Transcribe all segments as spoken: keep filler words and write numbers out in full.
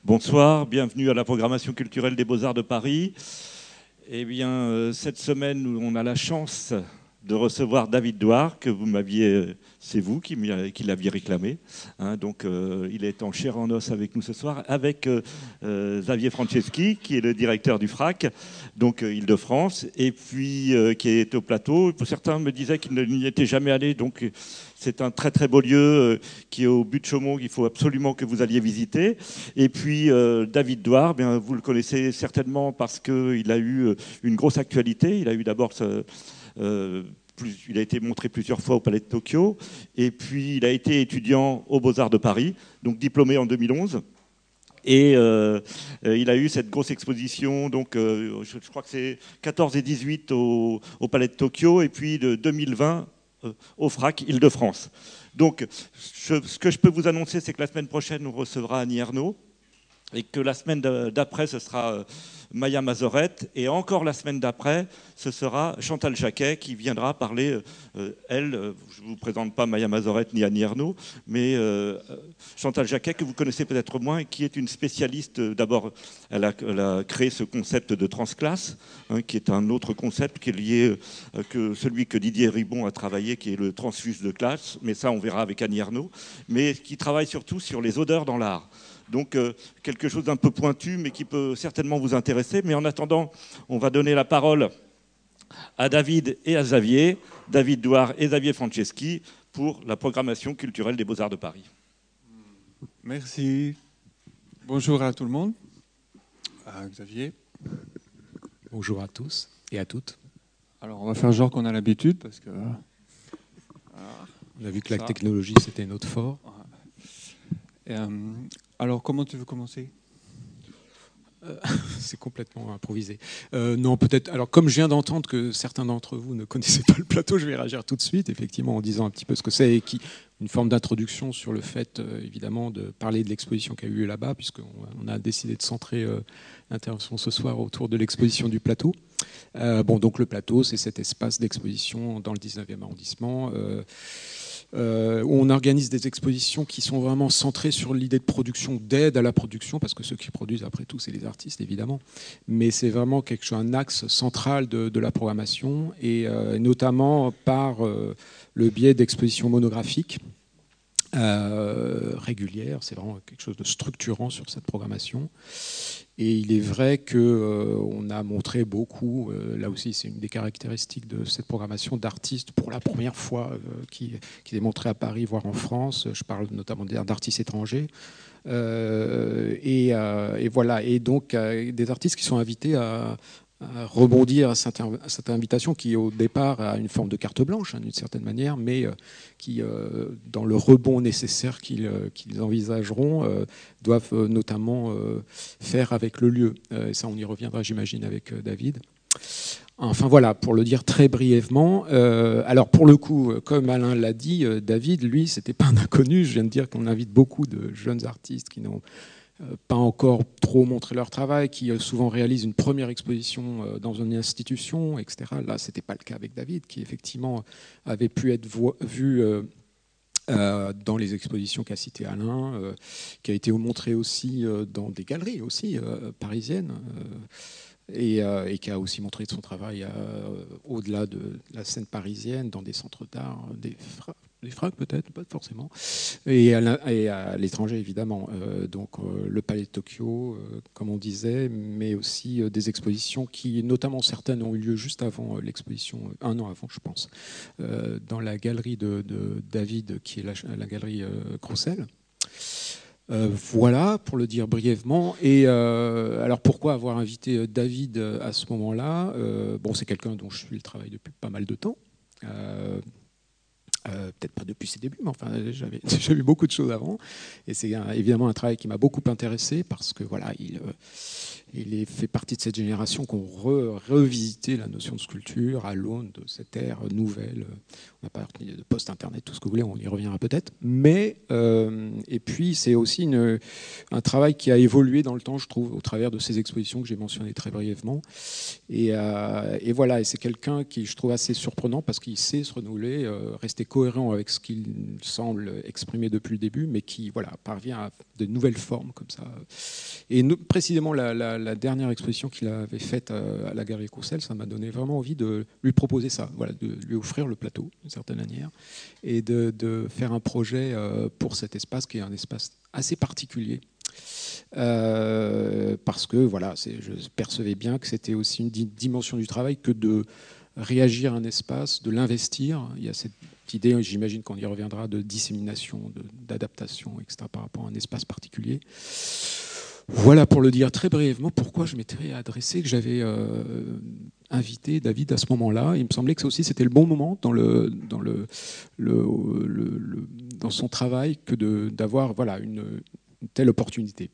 Bonsoir, bienvenue à la programmation culturelle des Beaux-Arts de Paris. Eh bien, euh, cette semaine, on a la chance de recevoir David Douard, que vous m'aviez, c'est vous qui, qui l'aviez réclamé. Hein, donc, euh, il est en chair et en os avec nous ce soir, avec euh, euh, Xavier Franceschi, qui est le directeur du F R A C, donc euh, Île-de-France, et puis euh, qui est au plateau. Certains me disaient qu'ils n'y étaient jamais allés, donc c'est un très très beau lieu euh, qui est au but de Chaumont, qu'il faut absolument que vous alliez visiter. Et puis euh, David Douard, bien, vous le connaissez certainement parce qu'il a eu une grosse actualité. Il a eu d'abord ce, euh, plus, il a été montré plusieurs fois au Palais de Tokyo, et puis il a été étudiant aux Beaux-Arts de Paris, donc diplômé en deux mille onze. Et euh, il a eu cette grosse exposition, donc euh, je, je crois que c'est quatorze et dix-huit au, au Palais de Tokyo, et puis de deux mille vingt euh, au F R A C Île-de-France. Donc je, ce que je peux vous annoncer, c'est que la semaine prochaine, on recevra Annie Ernaux, et que la semaine d'après, ce sera Maya Mazorette, et encore la semaine d'après, ce sera Chantal Jacquet qui viendra parler, euh, elle, euh, je ne vous présente pas Maya Mazorette ni Annie Ernaux, mais euh, Chantal Jacquet, que vous connaissez peut-être moins, et qui est une spécialiste. D'abord, elle a, elle a créé ce concept de transclasse, hein, qui est un autre concept qui est lié euh, que celui que Didier Ribon a travaillé, qui est le transfuse de classe, mais ça, on verra avec Annie Ernaux, mais qui travaille surtout sur les odeurs dans l'art. Donc euh, quelque chose d'un peu pointu, mais qui peut certainement vous intéresser. Mais en attendant, on va donner la parole à David et à Xavier, David Douard et Xavier Franceschi, pour la programmation culturelle des Beaux-Arts de Paris. Merci. Bonjour à tout le monde. À Xavier. Bonjour à tous et à toutes. Alors, on va faire genre qu'on a l'habitude, parce que... Voilà. On a vu que la Ça. technologie, c'était notre fort. Et, euh, alors, comment tu veux commencer ? euh, C'est complètement improvisé. Euh, non, peut-être. Alors, comme je viens d'entendre que certains d'entre vous ne connaissaient pas le plateau, je vais réagir tout de suite, effectivement, en disant un petit peu ce que c'est et qui, une forme d'introduction sur le fait, euh, évidemment, de parler de l'exposition qui a eu lieu là-bas, puisqu'on on a décidé de centrer euh, l'intervention ce soir autour de l'exposition du plateau. Euh, bon, donc le plateau, c'est cet espace d'exposition dans le dix-neuvième arrondissement. Euh, Euh, où on organise des expositions qui sont vraiment centrées sur l'idée de production, d'aide à la production, parce que ceux qui produisent, après tout, c'est les artistes, évidemment. Mais c'est vraiment quelque chose, un axe central de, de la programmation, et euh, notamment par euh, le biais d'expositions monographiques euh, régulières. C'est vraiment quelque chose de structurant sur cette programmation. Et il est vrai qu'on euh, a montré beaucoup, euh, là aussi c'est une des caractéristiques de cette programmation, d'artistes pour la première fois euh, qui, qui est montrée à Paris, voire en France. Je parle notamment d'artistes étrangers. Euh, et, euh, et voilà, et donc euh, des artistes qui sont invités à, à rebondir à cette, à cette invitation qui au départ a une forme de carte blanche, hein, d'une certaine manière, mais euh, qui, euh, dans le rebond nécessaire qu'ils euh, qu'ils envisageront, euh, doivent euh, notamment euh, faire avec le lieu. Euh, et ça, on y reviendra, j'imagine, avec euh, David. Enfin voilà, pour le dire très brièvement. Euh, alors pour le coup, comme Alain l'a dit, euh, David, lui, c'était pas un inconnu. Je viens de dire qu'on invite beaucoup de jeunes artistes qui n'ont pas encore trop montré leur travail, qui souvent réalisent une première exposition dans une institution, et cetera. Là, ce n'était pas le cas avec David, qui effectivement avait pu être vu euh, dans les expositions qu'a cité Alain, euh, qui a été montré aussi dans des galeries aussi euh, parisiennes, euh, et, euh, et qui a aussi montré son travail euh, au-delà de la scène parisienne, dans des centres d'art, des fra- Les F R A C peut-être, pas forcément, et à l'étranger évidemment. Euh, donc euh, le Palais de Tokyo, euh, comme on disait, mais aussi euh, des expositions qui, notamment certaines, ont eu lieu juste avant euh, l'exposition, euh, un an avant, je pense, euh, dans la galerie de, de David, qui est la, la galerie euh, Croussel. Euh, voilà, pour le dire brièvement. Et euh, alors pourquoi avoir invité David à ce moment-là ? euh, Bon, c'est quelqu'un dont je suis le travail depuis pas mal de temps. Euh, Euh, peut-être pas depuis ses débuts, mais enfin, j'avais déjà vu beaucoup de choses avant. Et c'est un, évidemment un travail qui m'a beaucoup intéressé parce que voilà, il, euh, il est, fait partie de cette génération qui ont re, revisité la notion de sculpture à l'aune de cette ère nouvelle. On a parlé de post-internet, tout ce que vous voulez, on y reviendra peut-être. Mais euh, et puis c'est aussi une, un travail qui a évolué dans le temps, je trouve, au travers de ces expositions que j'ai mentionnées très brièvement. Et, euh, et voilà, et c'est quelqu'un qui je trouve assez surprenant parce qu'il sait se renouveler, euh, rester cohérent avec ce qu'il semble exprimer depuis le début, mais qui voilà, parvient à de nouvelles formes comme ça. Et nous, précisément, la, la, la dernière exposition qu'il avait faite à, à la Galerie Courcelles, ça m'a donné vraiment envie de lui proposer ça, voilà, de lui offrir le plateau, d'une certaine manière, et de, de faire un projet pour cet espace qui est un espace assez particulier. Euh, parce que voilà, je percevais bien que c'était aussi une dimension du travail que de réagir à un espace, de l'investir. Il y a cette idée, j'imagine qu'on y reviendra, de dissémination, d'adaptation, et cetera, par rapport à un espace particulier. Voilà, pour le dire très brièvement, pourquoi je m'étais adressé, que j'avais euh, invité David à ce moment-là. Il me semblait que ça aussi, c'était le bon moment dans, le, dans, le, le, le, le, dans son travail que d'avoir voilà, une, une telle opportunité.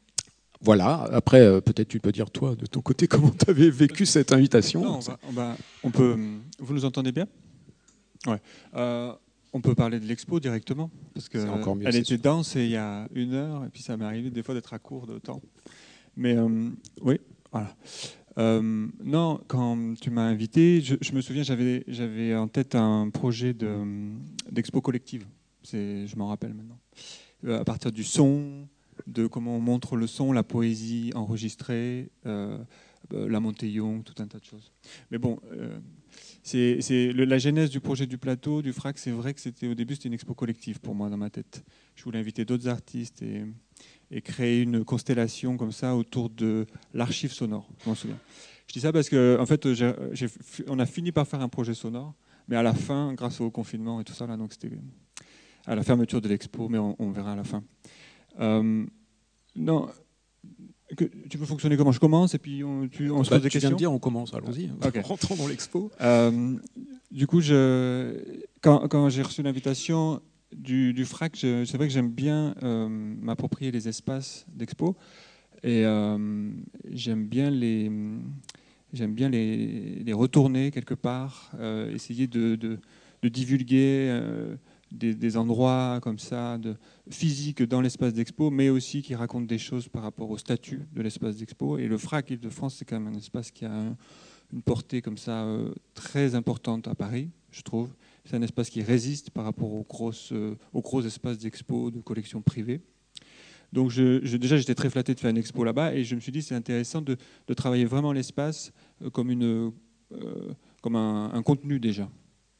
Voilà, après, euh, peut-être tu peux dire, toi, de ton côté, comment tu avais vécu cette invitation. Non, on, va, on, va, on peut... Vous nous entendez bien? Ouais. Euh, on peut parler de l'expo directement, parce qu'elle était dense et il y a une heure, et puis ça m'est arrivé des fois d'être à court de temps. Mais euh, oui, voilà. Euh, non, quand tu m'as invité, je, je me souviens, j'avais j'avais en tête un projet d'expo collective. Je m'en rappelle maintenant. Euh, à partir du son, de comment on montre le son, la poésie enregistrée, euh, la montée Young, tout un tas de choses. Mais bon, euh, c'est la genèse du projet du plateau, du FRAC. C'est vrai que c'était au début, c'était une expo collective pour moi dans ma tête. Je voulais inviter d'autres artistes et, et créer une constellation comme ça autour de l'archive sonore. Je m'en souviens. Je dis ça parce qu'en en fait, j'ai, j'ai, on a fini par faire un projet sonore, mais à la fin, grâce au confinement et tout ça, là, donc c'était à la fermeture de l'expo, mais on, on verra à la fin. Euh, non, que, tu peux fonctionner comment? Je commence et puis on, tu, on se bah, pose des tu questions. Tu viens de dire on commence, allons-y. Okay. Rentrons dans l'expo. Euh, du coup, je, quand, quand j'ai reçu l'invitation du, du FRAC, c'est vrai que j'aime bien euh, m'approprier les espaces d'expo et euh, j'aime bien les, j'aime bien les, les retourner quelque part, euh, essayer de, de, de divulguer. Euh, Des, des endroits comme ça, de, physiques dans l'espace d'expo, mais aussi qui racontent des choses par rapport au statut de l'espace d'expo. Et le FRAC Île-de-France, c'est quand même un espace qui a un, une portée comme ça euh, très importante à Paris, je trouve. C'est un espace qui résiste par rapport aux, grosses, euh, aux gros espaces d'expo, de collections privées. Donc je, je, déjà, j'étais très flatté de faire une expo là-bas, et je me suis dit c'est intéressant de, de travailler vraiment l'espace euh, comme, une, euh, comme un, un contenu déjà.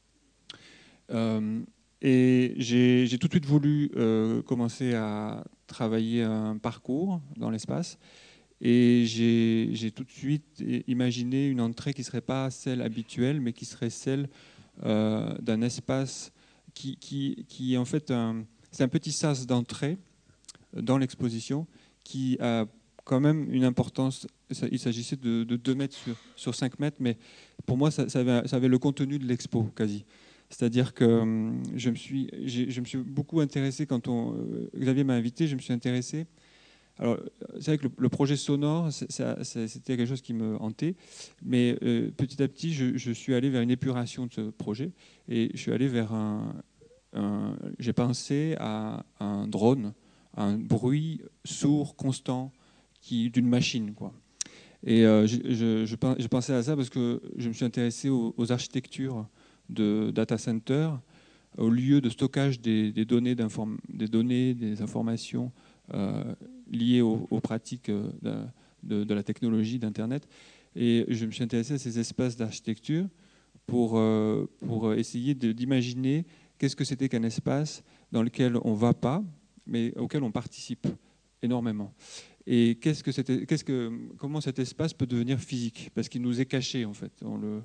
Euh, Et j'ai tout de suite voulu euh, commencer à travailler un parcours dans l'espace. Et j'ai tout de suite imaginé une entrée qui ne serait pas celle habituelle, mais qui serait celle euh, d'un espace qui, qui, qui est en fait un, c'est un petit sas d'entrée dans l'exposition qui a quand même une importance. Il s'agissait de, de deux mètres sur, sur cinq mètres, mais pour moi, ça, ça, avait, ça avait le contenu de l'expo quasi. C'est-à-dire que je me suis, je me suis beaucoup intéressé quand on, Xavier m'a invité, je me suis intéressé. Alors, c'est vrai que le, le projet sonore, c'était quelque chose qui me hantait, mais euh, petit à petit, je, je suis allé vers une épuration de ce projet et je suis allé vers un. un J'ai pensé à un drone, à un bruit sourd, constant, qui d'une machine, quoi. Et euh, je, je, je, je pensais à ça parce que je me suis intéressé aux, aux architectures de data center, au lieu de stockage des, des, données, des données, des informations euh, liées aux, aux pratiques de, de, de la technologie d'Internet. Et je me suis intéressé à ces espaces d'architecture pour, euh, pour essayer d'imaginer qu'est-ce que c'était qu'un espace dans lequel on ne va pas, mais auquel on participe énormément. Et qu'est-ce que c'était, qu'est-ce que, comment cet espace peut devenir physique? Parce qu'il nous est caché, en fait. On le,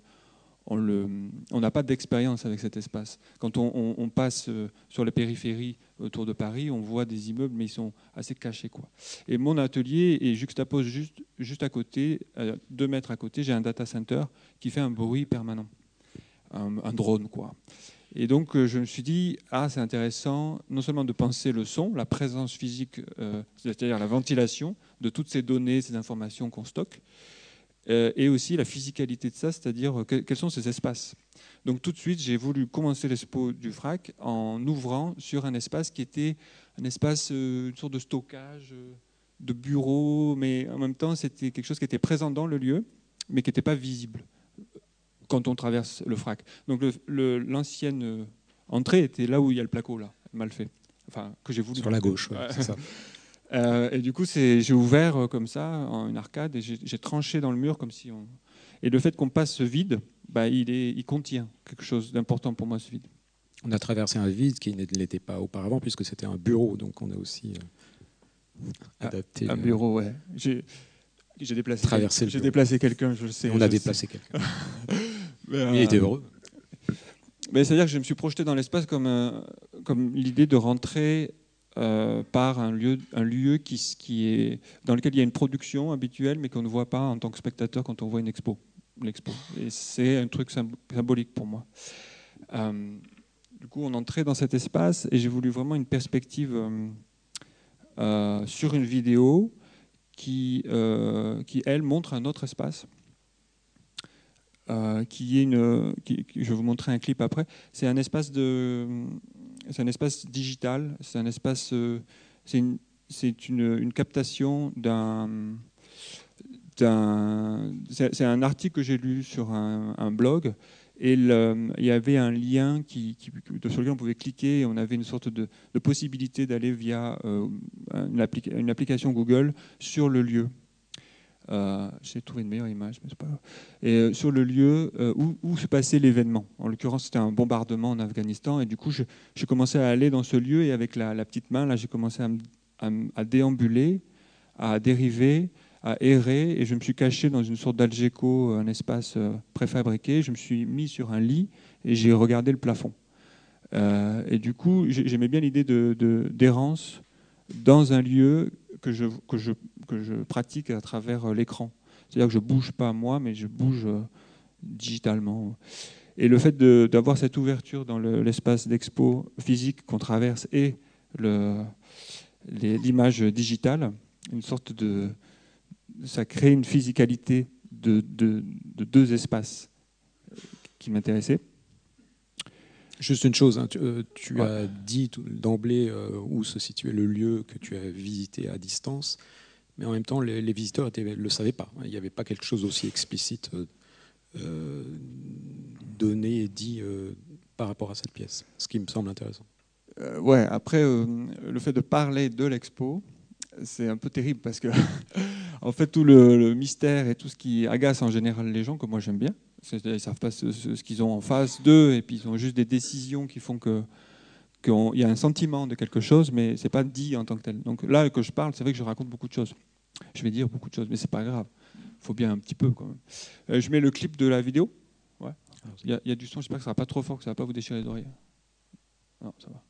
on n'a pas d'expérience avec cet espace. Quand on, on, on passe sur les périphéries autour de Paris, on voit des immeubles, mais ils sont assez cachés, quoi. Et mon atelier est juxtapose juste, juste à côté, à deux mètres à côté, j'ai un data center qui fait un bruit permanent, un, un drone, quoi. Et donc je me suis dit, ah, c'est intéressant, non seulement de penser le son, la présence physique, euh, c'est-à-dire la ventilation de toutes ces données, ces informations qu'on stocke, et aussi la physicalité de ça, c'est-à-dire quels sont ces espaces. Donc tout de suite, j'ai voulu commencer l'expo du FRAC en ouvrant sur un espace qui était un espace, une sorte de stockage, de bureau, mais en même temps, c'était quelque chose qui était présent dans le lieu, mais qui n'était pas visible quand on traverse le FRAC. Donc l'ancienne entrée était là où il y a le placo, là, mal fait. Enfin, que j'ai voulu. Sur la gauche, ouais, Ouais. c'est ça. Euh, et du coup, j'ai ouvert euh, comme ça, en une arcade, et j'ai tranché dans le mur comme si on... Et le fait qu'on passe ce vide, bah, il, est, il contient quelque chose d'important pour moi, ce vide. On a traversé un vide qui ne l'était pas auparavant, puisque c'était un bureau, donc on a aussi euh, adapté. Un bureau, ouais. J'ai déplacé, traversé quel... déplacé quelqu'un, je le sais. On a déplacé quelqu'un. euh... Il était heureux. C'est-à-dire que je me suis projeté dans l'espace comme, euh, comme l'idée de rentrer euh, par un lieu, un lieu qui, qui est, dans lequel il y a une production habituelle, mais qu'on ne voit pas en tant que spectateur quand on voit une expo. l'expo. Et c'est un truc symbolique pour moi. Euh, du coup, on entrait dans cet espace et j'ai voulu vraiment une perspective euh, euh, sur une vidéo qui, euh, qui, elle, montre un autre espace. Euh, qui est une, qui, je vais vous montrer un clip après. C'est un espace de, c'est un espace digital. C'est un espace, euh, c'est une, c'est une, une captation d'un, d'un, c'est un article que j'ai lu sur un, un blog. Et le, il y avait un lien qui, qui, sur lequel on pouvait cliquer et on avait une sorte de, de possibilité d'aller via euh, une, applica une application Google sur le lieu. Euh, J'ai trouvé une meilleure image, mais c'est pas grave. Et euh, sur le lieu euh, où, où se passait l'événement. En l'occurrence, c'était un bombardement en Afghanistan. Et du coup, je, je commençais à aller dans ce lieu et avec la, la petite main, là, j'ai commencé à, à, à déambuler, à dériver, à errer. Et je me suis caché dans une sorte d'algeco, un espace euh, préfabriqué. Je me suis mis sur un lit et j'ai regardé le plafond. Euh, et du coup, j'aimais bien l'idée de, de, d'errance dans un lieu que je, que je, que je pratique à travers l'écran. C'est-à-dire que je ne bouge pas moi, mais je bouge euh, digitalement. Et le fait d'avoir cette ouverture dans l'espace d'expo physique qu'on traverse et l'image digitale, une sorte de, ça crée une physicalité de, de, de deux espaces qui m'intéressaient. Juste une chose, hein, tu, euh, tu ouais. as dit d'emblée euh, où se situait le lieu que tu as visité à distance, mais en même temps, les, les visiteurs ne le savaient pas. Il n'y avait pas quelque chose aussi explicite euh, donné et dit euh, par rapport à cette pièce, ce qui me semble intéressant. Euh, ouais, après, euh, le fait de parler de l'expo, c'est un peu terrible parce que, en fait, tout le, le mystère et tout ce qui agace en général les gens, que moi j'aime bien, ils ne savent pas ce, ce, ce qu'ils ont en face d'eux, et puis ils ont juste des décisions qui font que qu'il y a un sentiment de quelque chose, mais c'est pas dit en tant que tel. Donc là que je parle, c'est vrai que je raconte beaucoup de choses. Je vais dire beaucoup de choses, mais c'est pas grave. Il faut bien un petit peu quand même. Euh, je mets le clip de la vidéo. Ouais. Il y a, il y a du son, j'espère que ça sera pas trop fort, que ça va pas vous déchirer les oreilles. Non, ça va.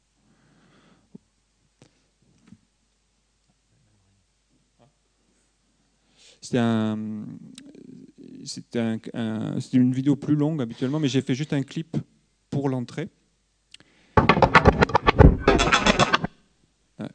C'était un, c'était un, un, une vidéo plus longue habituellement, mais j'ai fait juste un clip pour l'entrée. Ouais.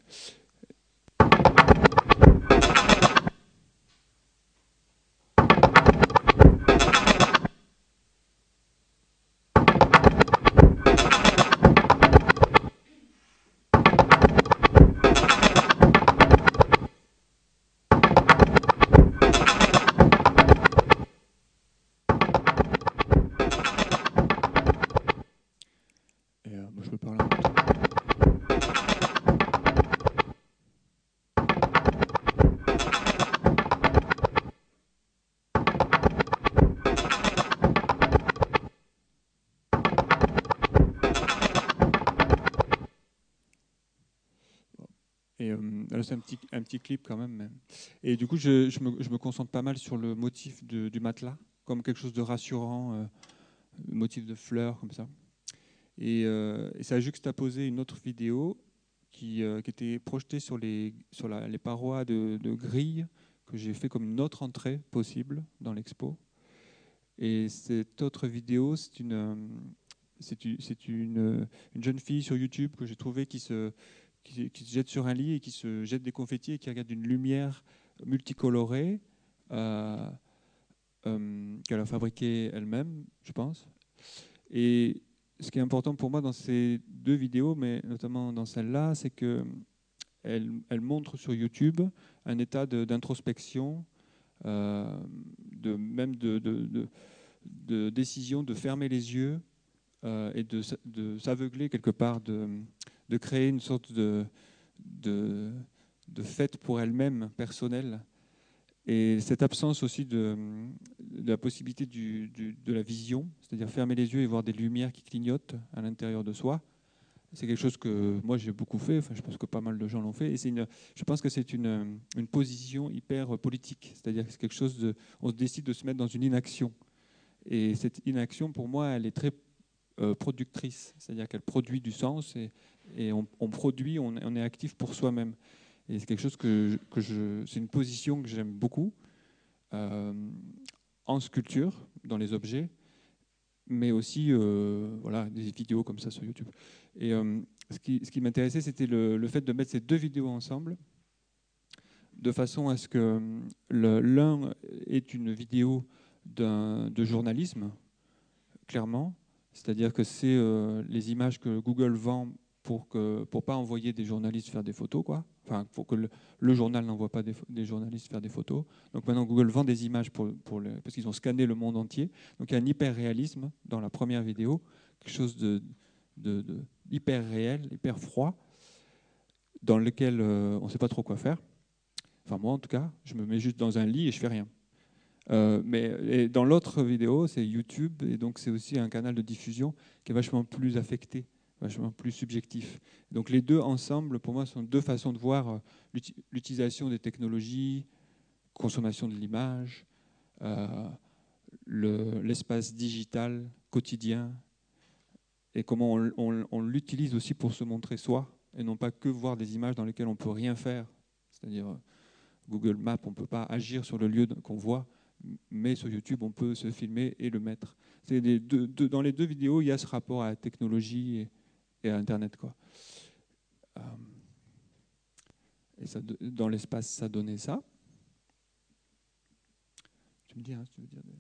Et euh, c'est un petit, un petit clip quand même. même. Et du coup, je, je, me, je me concentre pas mal sur le motif de, du matelas, comme quelque chose de rassurant, euh, le motif de fleurs, comme ça. Et, euh, et ça a juxtaposé une autre vidéo qui, euh, qui était projetée sur les, sur la, les parois de, de grille que j'ai fait comme une autre entrée possible dans l'expo. Et cette autre vidéo, c'est une, c'est une, c'est une, une jeune fille sur YouTube que j'ai trouvée qui se, qui, qui se jette sur un lit et qui se jette des confettis et qui regarde une lumière multicolorée euh, euh, qu'elle a fabriquée elle-même, je pense. Et ce qui est important pour moi dans ces deux vidéos, mais notamment dans celle-là, c'est qu'elle elle montre sur YouTube un état d'introspection, euh, de, même de, de, de, de décision de fermer les yeux euh, et de, de s'aveugler quelque part, de, de créer une sorte de, de, de fête pour elle-même personnelle. Et cette absence aussi de, de la possibilité du, du, de la vision, c'est-à-dire fermer les yeux et voir des lumières qui clignotent à l'intérieur de soi, c'est quelque chose que moi j'ai beaucoup fait, enfin, je pense que pas mal de gens l'ont fait, et c'est une, je pense que c'est une, une position hyper politique, c'est-à-dire que c'est quelque chose de, on décide de se mettre dans une inaction. Et cette inaction, pour moi, elle est très euh, productrice, c'est-à-dire qu'elle produit du sens, et, et on, on produit, on, on est actif pour soi-même. Et c'est quelque chose que, que je, c'est une position que j'aime beaucoup euh, en sculpture, dans les objets, mais aussi euh, voilà, des vidéos comme ça sur YouTube. Et euh, ce qui, ce qui m'intéressait, c'était le, le fait de mettre ces deux vidéos ensemble, de façon à ce que l'un est une vidéo de journalisme, clairement, c'est-à-dire que c'est euh, les images que Google vend pour que pour pas envoyer des journalistes faire des photos, quoi. Enfin, pour que le, le journal n'envoie pas des, des journalistes faire des photos. Donc maintenant, Google vend des images pour, pour le, parce qu'ils ont scanné le monde entier. Donc il y a un hyper réalisme dans la première vidéo, quelque chose de, de, de hyper réel, hyper froid, dans lequel euh, on ne sait pas trop quoi faire. Enfin moi, en tout cas, je me mets juste dans un lit et je fais rien. Euh, mais et dans l'autre vidéo, c'est YouTube, et donc c'est aussi un canal de diffusion qui est vachement plus affecté, vachement plus subjectif. Donc les deux ensemble, pour moi, sont deux façons de voir l'utilisation des technologies, consommation de l'image, euh, le, l'espace digital quotidien, et comment on, on, on l'utilise aussi pour se montrer soi, et non pas que voir des images dans lesquelles on ne peut rien faire. C'est-à-dire Google Maps, on ne peut pas agir sur le lieu qu'on voit, mais sur YouTube, on peut se filmer et le mettre. C'est des deux, deux, dans les deux vidéos, il y a ce rapport à la technologie et, et à Internet, quoi. Euh, et ça, dans l'espace, ça donnait ça. Tu me dis, hein, si tu veux dire.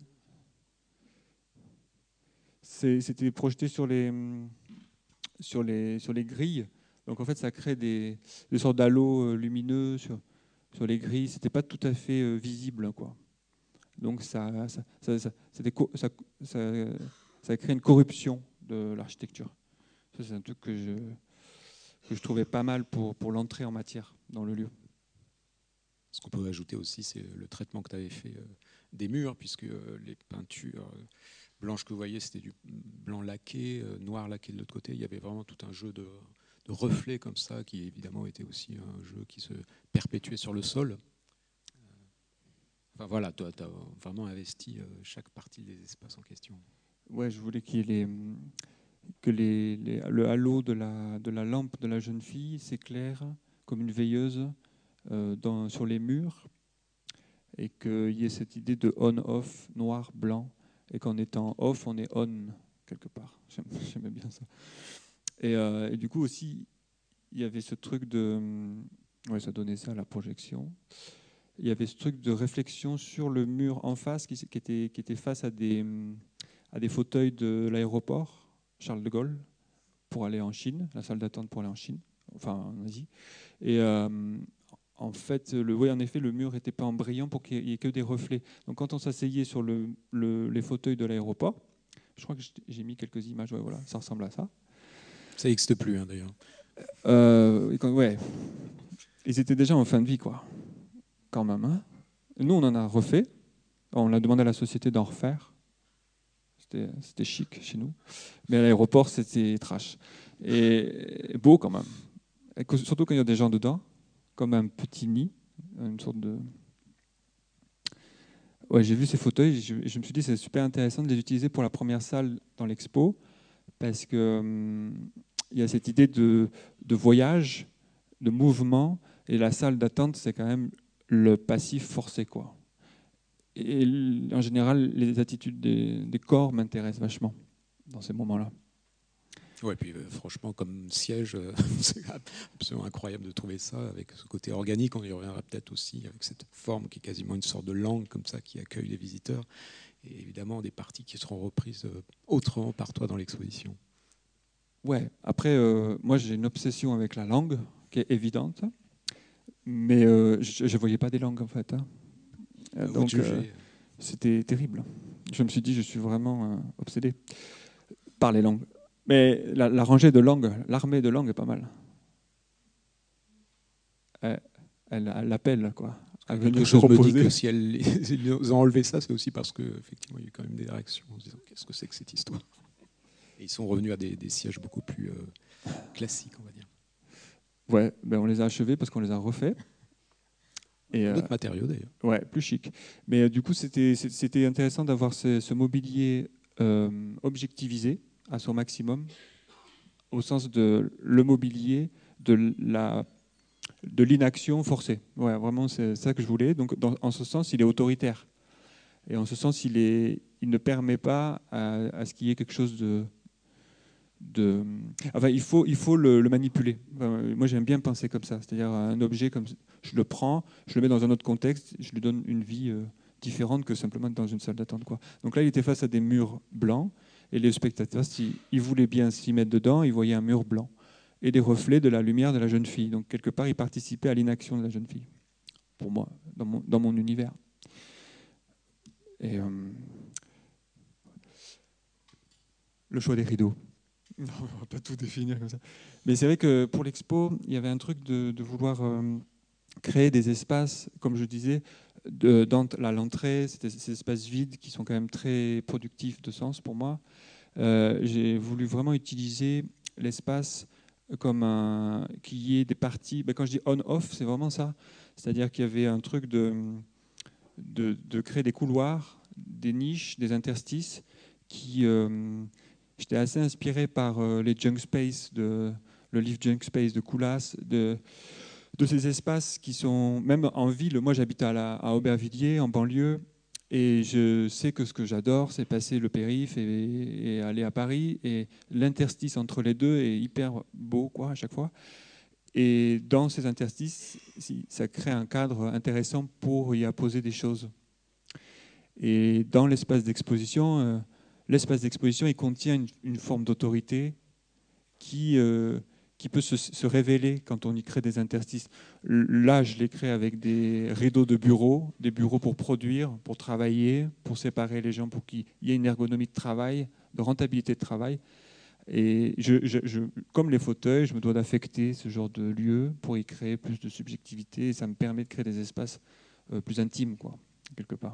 C'est, c'était projeté sur les, sur, les, sur les grilles. Donc en fait, ça crée des, des sortes d'halos lumineux sur, sur les grilles. C'était pas tout à fait visible, quoi. Donc ça, ça, ça, ça, ça, ça, ça crée une corruption de l'architecture. Ça, c'est un truc que je, que je trouvais pas mal pour, pour l'entrée en matière dans le lieu. Ce qu'on peut ajouter aussi, c'est le traitement que tu avais fait euh, des murs, puisque euh, les peintures euh, blanches que vous voyez, c'était du blanc laqué, euh, noir laqué de l'autre côté. Il y avait vraiment tout un jeu de, de reflets comme ça, qui évidemment était aussi un jeu qui se perpétuait sur le sol. Enfin voilà, tu as vraiment investi chaque partie des espaces en question. Ouais, je voulais qu'il y ait les, que les, les, le halo de la, de la lampe de la jeune fille s'éclaire comme une veilleuse euh, dans, sur les murs, et qu'il y ait cette idée de on-off, noir, blanc, et qu'en étant off, on est on, quelque part. J'aimais bien ça. Et, euh, et du coup aussi, il y avait ce truc de... Ouais, ça donnait ça à la projection. Il y avait ce truc de réflexion sur le mur en face qui, qui, était, qui était face à des, à des fauteuils de l'aéroport Charles de Gaulle pour aller en Chine, la salle d'attente pour aller en Chine, enfin en Asie. Et euh, en fait, le, oui, en effet, le mur était peint en brillant pour qu'il n'y ait que des reflets. Donc quand on s'asseyait sur le, le, les fauteuils de l'aéroport, je crois que j'ai mis quelques images, ouais, voilà, ça ressemble à ça. Ça n'existe plus, hein, d'ailleurs. Euh, ouais, ils étaient déjà en fin de vie, quoi. Quand même. Hein. Nous, on en a refait. On a demandé à la société d'en refaire. C'était, c'était chic chez nous. Mais à l'aéroport, c'était trash. Et, et beau quand même. Et que, surtout quand il y a des gens dedans, comme un petit nid, une sorte de... Ouais, j'ai vu ces fauteuils et je, je me suis dit que c'est super intéressant de les utiliser pour la première salle dans l'expo, parce qu'il hum, y a cette idée de, de voyage, de mouvement, et la salle d'attente, c'est quand même le passif forcé, quoi. Et en général, les attitudes des, des corps m'intéressent vachement dans ces moments-là. Ouais, puis euh, franchement, comme siège, euh, c'est absolument incroyable de trouver ça avec ce côté organique. On y reviendra peut-être aussi avec cette forme qui est quasiment une sorte de langue comme ça qui accueille les visiteurs. Et évidemment, des parties qui seront reprises euh, autrement par toi dans l'exposition. Ouais. Après, euh, moi, j'ai une obsession avec la langue qui est évidente, mais euh, je ne voyais pas des langues en fait. Hein. Euh, Donc, euh, c'était terrible. Je me suis dit, je suis vraiment euh, obsédé. par les langues. Mais la, la rangée de langues, l'armée de langues est pas mal. Elle, elle, elle appelle, quoi. À venir Quelque se chose me dit reposer. que si elle, ils ont enlevé ça, c'est aussi parce qu'effectivement, il y a eu quand même des réactions en se disant qu'est-ce que c'est que cette histoire. Et ils sont revenus à des, des sièges beaucoup plus euh, classiques, on va dire. Ouais, ben on les a achevés parce qu'on les a refaits. Et D'autres euh, matériaux d'ailleurs. ouais, plus chic. Mais euh, du coup, c'était c'était intéressant d'avoir ce, ce mobilier euh, objectivisé à son maximum, au sens de le mobilier de la de l'inaction forcée. Ouais, vraiment, c'est ça que je voulais. Donc, dans, en ce sens, il est autoritaire. Et en ce sens, il, est, il ne permet pas à, à ce qu'il y ait quelque chose de... de enfin, il faut, il faut le, le manipuler. Enfin, moi, j'aime bien penser comme ça. C'est-à-dire, un objet, comme je le prends, je le mets dans un autre contexte, je lui donne une vie euh, différente que simplement dans une salle d'attente, quoi. Donc là, il était face à des murs blancs. Et les spectateurs, s'ils ils voulaient bien s'y mettre dedans, ils voyaient un mur blanc et des reflets de la lumière de la jeune fille. Donc, quelque part, ils participaient à l'inaction de la jeune fille, pour moi, dans mon, dans mon univers. Et euh, le choix des rideaux. Non, on ne va pas tout définir comme ça. Mais c'est vrai que pour l'expo, il y avait un truc de, de vouloir euh, créer des espaces, comme je disais, de, dans la, l'entrée, c'était ces espaces vides qui sont quand même très productifs de sens pour moi. Euh, j'ai voulu vraiment utiliser l'espace comme un, qu'il y ait des parties. Ben quand je dis on-off, c'est vraiment ça. C'est-à-dire qu'il y avait un truc de, de, de créer des couloirs, des niches, des interstices qui... Euh, j'étais assez inspiré par euh, les junk space, de, le livre Junk Space de Koulas, de, de ces espaces qui sont, même en ville, moi j'habite à, la, à Aubervilliers, en banlieue, et je sais que ce que j'adore, c'est passer le périph' et, et aller à Paris, et l'interstice entre les deux est hyper beau, quoi, à chaque fois. Et dans ces interstices, ça crée un cadre intéressant pour y apposer des choses. Et dans l'espace d'exposition, euh, l'espace d'exposition, il contient une, une forme d'autorité qui, euh, qui peut se, se révéler quand on y crée des interstices. Là, je l'ai créé avec des rideaux de bureau, des bureaux pour produire, pour travailler, pour séparer les gens, pour qu'il y ait une ergonomie de travail, de rentabilité de travail. Et je, je, je, comme les fauteuils, je me dois d'affecter ce genre de lieu pour y créer plus de subjectivité. Et ça me permet de créer des espaces euh, plus intimes, quoi, quelque part.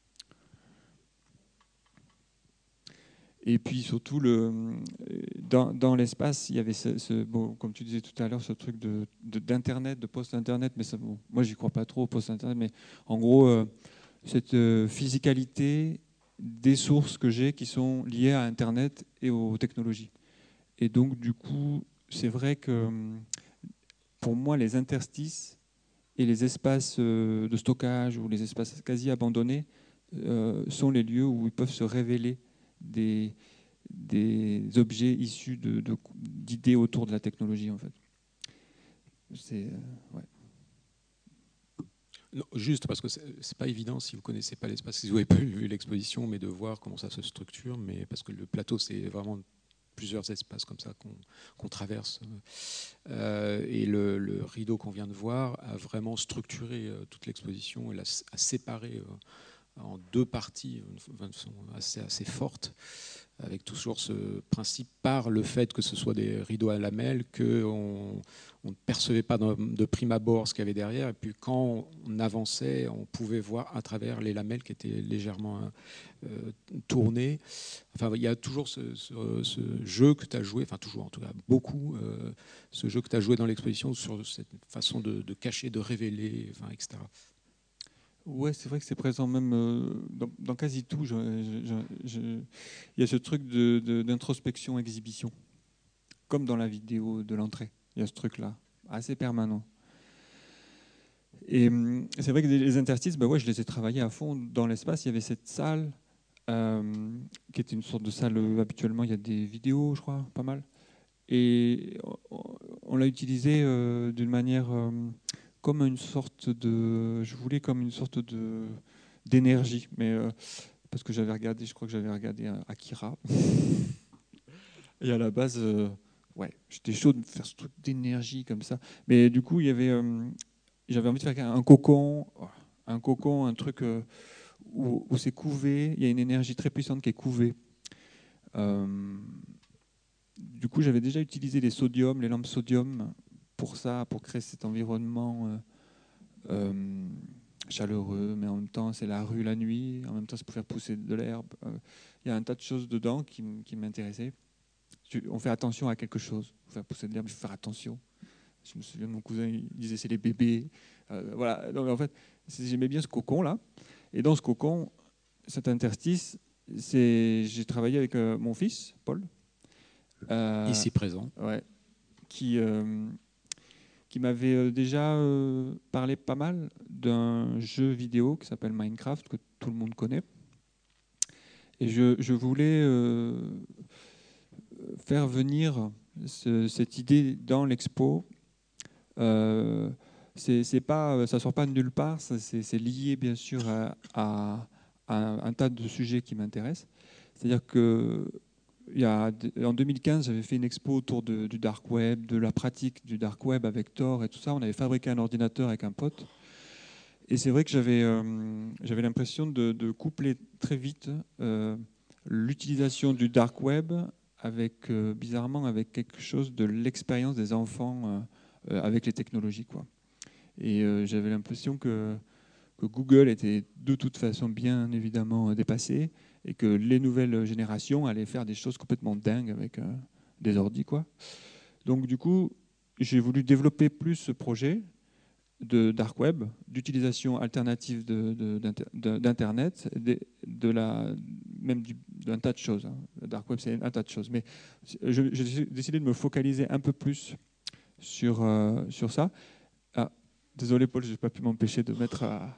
Et puis surtout, le, dans, dans l'espace, il y avait ce, ce bon, comme tu disais tout à l'heure, ce truc de, de, d'internet, de post-internet. Mais ça, bon, moi, j'y crois pas trop au post-internet. Mais en gros, euh, cette euh, physicalité des sources que j'ai qui sont liées à Internet et aux technologies. Et donc, du coup, c'est vrai que pour moi, les interstices et les espaces euh, de stockage ou les espaces quasi abandonnés euh, sont les lieux où ils peuvent se révéler des, des objets issus de, de, d'idées autour de la technologie, en fait. C'est, euh, ouais. Non, juste parce que c'est, c'est pas évident si vous connaissez pas l'espace, si vous n'avez pas vu l'exposition, mais de voir comment ça se structure, mais parce que le plateau, c'est vraiment plusieurs espaces comme ça qu'on, qu'on traverse. Euh, et le, le rideau qu'on vient de voir a vraiment structuré euh, toute l'exposition, et a, a séparé euh, en deux parties de façon assez, assez forte, avec toujours ce principe, par le fait que ce soit des rideaux à lamelles, qu'on on ne percevait pas de, de prime abord ce qu'il y avait derrière, et puis quand on avançait, on pouvait voir à travers les lamelles qui étaient légèrement euh, tournées. Enfin, il y a toujours ce, ce, ce jeu que tu as joué, enfin toujours en tout cas beaucoup, euh, ce jeu que tu as joué dans l'exposition sur cette façon de, de cacher, de révéler, enfin, et cetera. Ouais, c'est vrai que c'est présent même euh, dans, dans quasi tout. Je, je, je, il y a ce truc de, de, d'introspection-exhibition, comme dans la vidéo de l'entrée. Il y a ce truc-là, assez permanent. Et hum, c'est vrai que les interstices, ben ouais, je les ai travaillés à fond dans l'espace. Il y avait cette salle euh, qui était une sorte de salle où habituellement il y a des vidéos, je crois, pas mal. Et on, on l'a utilisé euh, d'une manière euh, comme une sorte de, je voulais comme une sorte de d'énergie, mais euh, parce que j'avais regardé, je crois que j'avais regardé Akira. Et à la base, euh, ouais, j'étais chaud de faire ce truc d'énergie comme ça. Mais du coup, il y avait, euh, j'avais envie de faire un cocon, un cocon, un truc euh, où, où c'est couvé. Il y a une énergie très puissante qui est couvée. Euh, du coup, j'avais déjà utilisé les sodium, les lampes sodium pour ça, pour créer cet environnement euh, euh, chaleureux, mais en même temps, c'est la rue la nuit, en même temps, c'est pour faire pousser de l'herbe. Euh, Il y a un tas de choses dedans qui, m- qui m'intéressaient. Tu- On fait attention à quelque chose. Pour faire pousser de l'herbe, il faut faire attention. Je me souviens de mon cousin, il disait c'est les bébés. Euh, voilà. Donc en fait, c'est- j'aimais bien ce cocon là. Et dans ce cocon, cet interstice, c'est j'ai travaillé avec euh, mon fils, Paul, euh, Ici présent. ouais, qui, euh, qui m'avait euh, déjà euh, parlé pas mal d'un jeu vidéo qui s'appelle Minecraft, que tout le monde connaît. Et je, je voulais euh, faire venir ce- cette idée dans l'expo. Euh, c'est, c'est pas, ça sort pas de nulle part, ça, c'est, c'est lié bien sûr à, à- à un, un tas de sujets qui m'intéressent. C'est-à-dire que il y a, en deux mille quinze, j'avais fait une expo autour de- du dark web, de la pratique du dark web avec Tor et tout ça. On avait fabriqué un ordinateur avec un pote. Et c'est vrai que j'avais, euh, j'avais l'impression de, de coupler très vite euh, l'utilisation du dark web avec, euh, bizarrement, avec quelque chose de l'expérience des enfants euh, euh, avec les technologies, quoi. Et euh, j'avais l'impression que, que Google était de toute façon bien évidemment dépassé et que les nouvelles générations allaient faire des choses complètement dingues avec euh, des ordis, quoi. Donc du coup, j'ai voulu développer plus ce projet de dark web, d'utilisation alternative de, de, d'inter, de, d'internet, de, de la, même du, d'un tas de choses. Hein. Le dark web, c'est un tas de choses. Mais je, j'ai décidé de me focaliser un peu plus sur, euh, sur ça. Ah, désolé Paul, je n'ai pas pu m'empêcher de mettre à...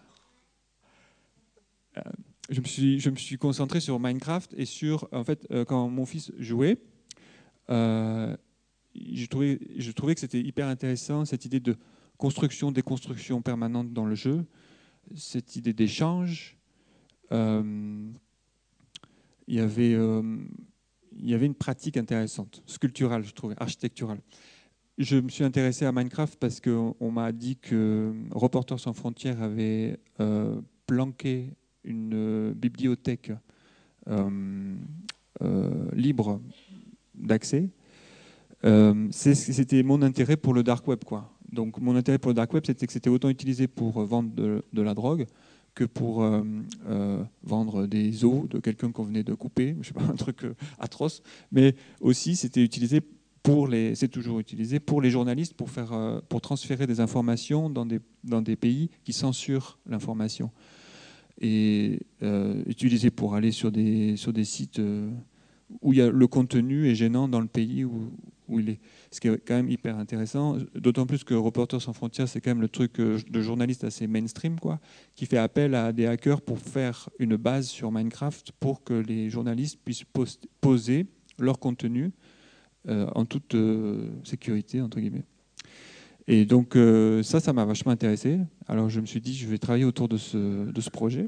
à- je me suis, je me suis concentré sur Minecraft et sur, en fait, euh, quand mon fils jouait, euh, je trouvais, je trouvais que c'était hyper intéressant, cette idée de construction, déconstruction permanente dans le jeu, cette idée d'échange. Euh, il y avait, euh, il y avait une pratique intéressante, sculpturale, je trouvais, architecturale. Je me suis intéressé à Minecraft parce qu'on on m'a dit que Reporters sans frontières avait euh, planqué une euh, bibliothèque euh, euh, libre d'accès. Euh, c'est- c'était mon intérêt pour le dark web, quoi. Donc mon intérêt pour le dark web, c'était que c'était autant utilisé pour vendre de, de la drogue que pour euh, euh, vendre des os de quelqu'un qu'on venait de couper, je sais pas, un truc euh, atroce. Mais aussi, c'était utilisé pour les, c'est toujours utilisé pour les journalistes pour faire, euh, pour transférer des informations dans des dans des pays qui censurent l'information et euh, utilisé pour aller sur des sur des sites euh, où il y a, le contenu est gênant dans le pays où, où il est. Ce qui est quand même hyper intéressant, d'autant plus que Reporters sans frontières, c'est quand même le truc de journaliste assez mainstream, quoi, qui fait appel à des hackers pour faire une base sur Minecraft pour que les journalistes puissent poster, poser leur contenu euh, en toute euh, sécurité, entre guillemets. Et donc euh, ça, ça m'a vachement intéressé. Alors je me suis dit, je vais travailler autour de ce, de ce projet.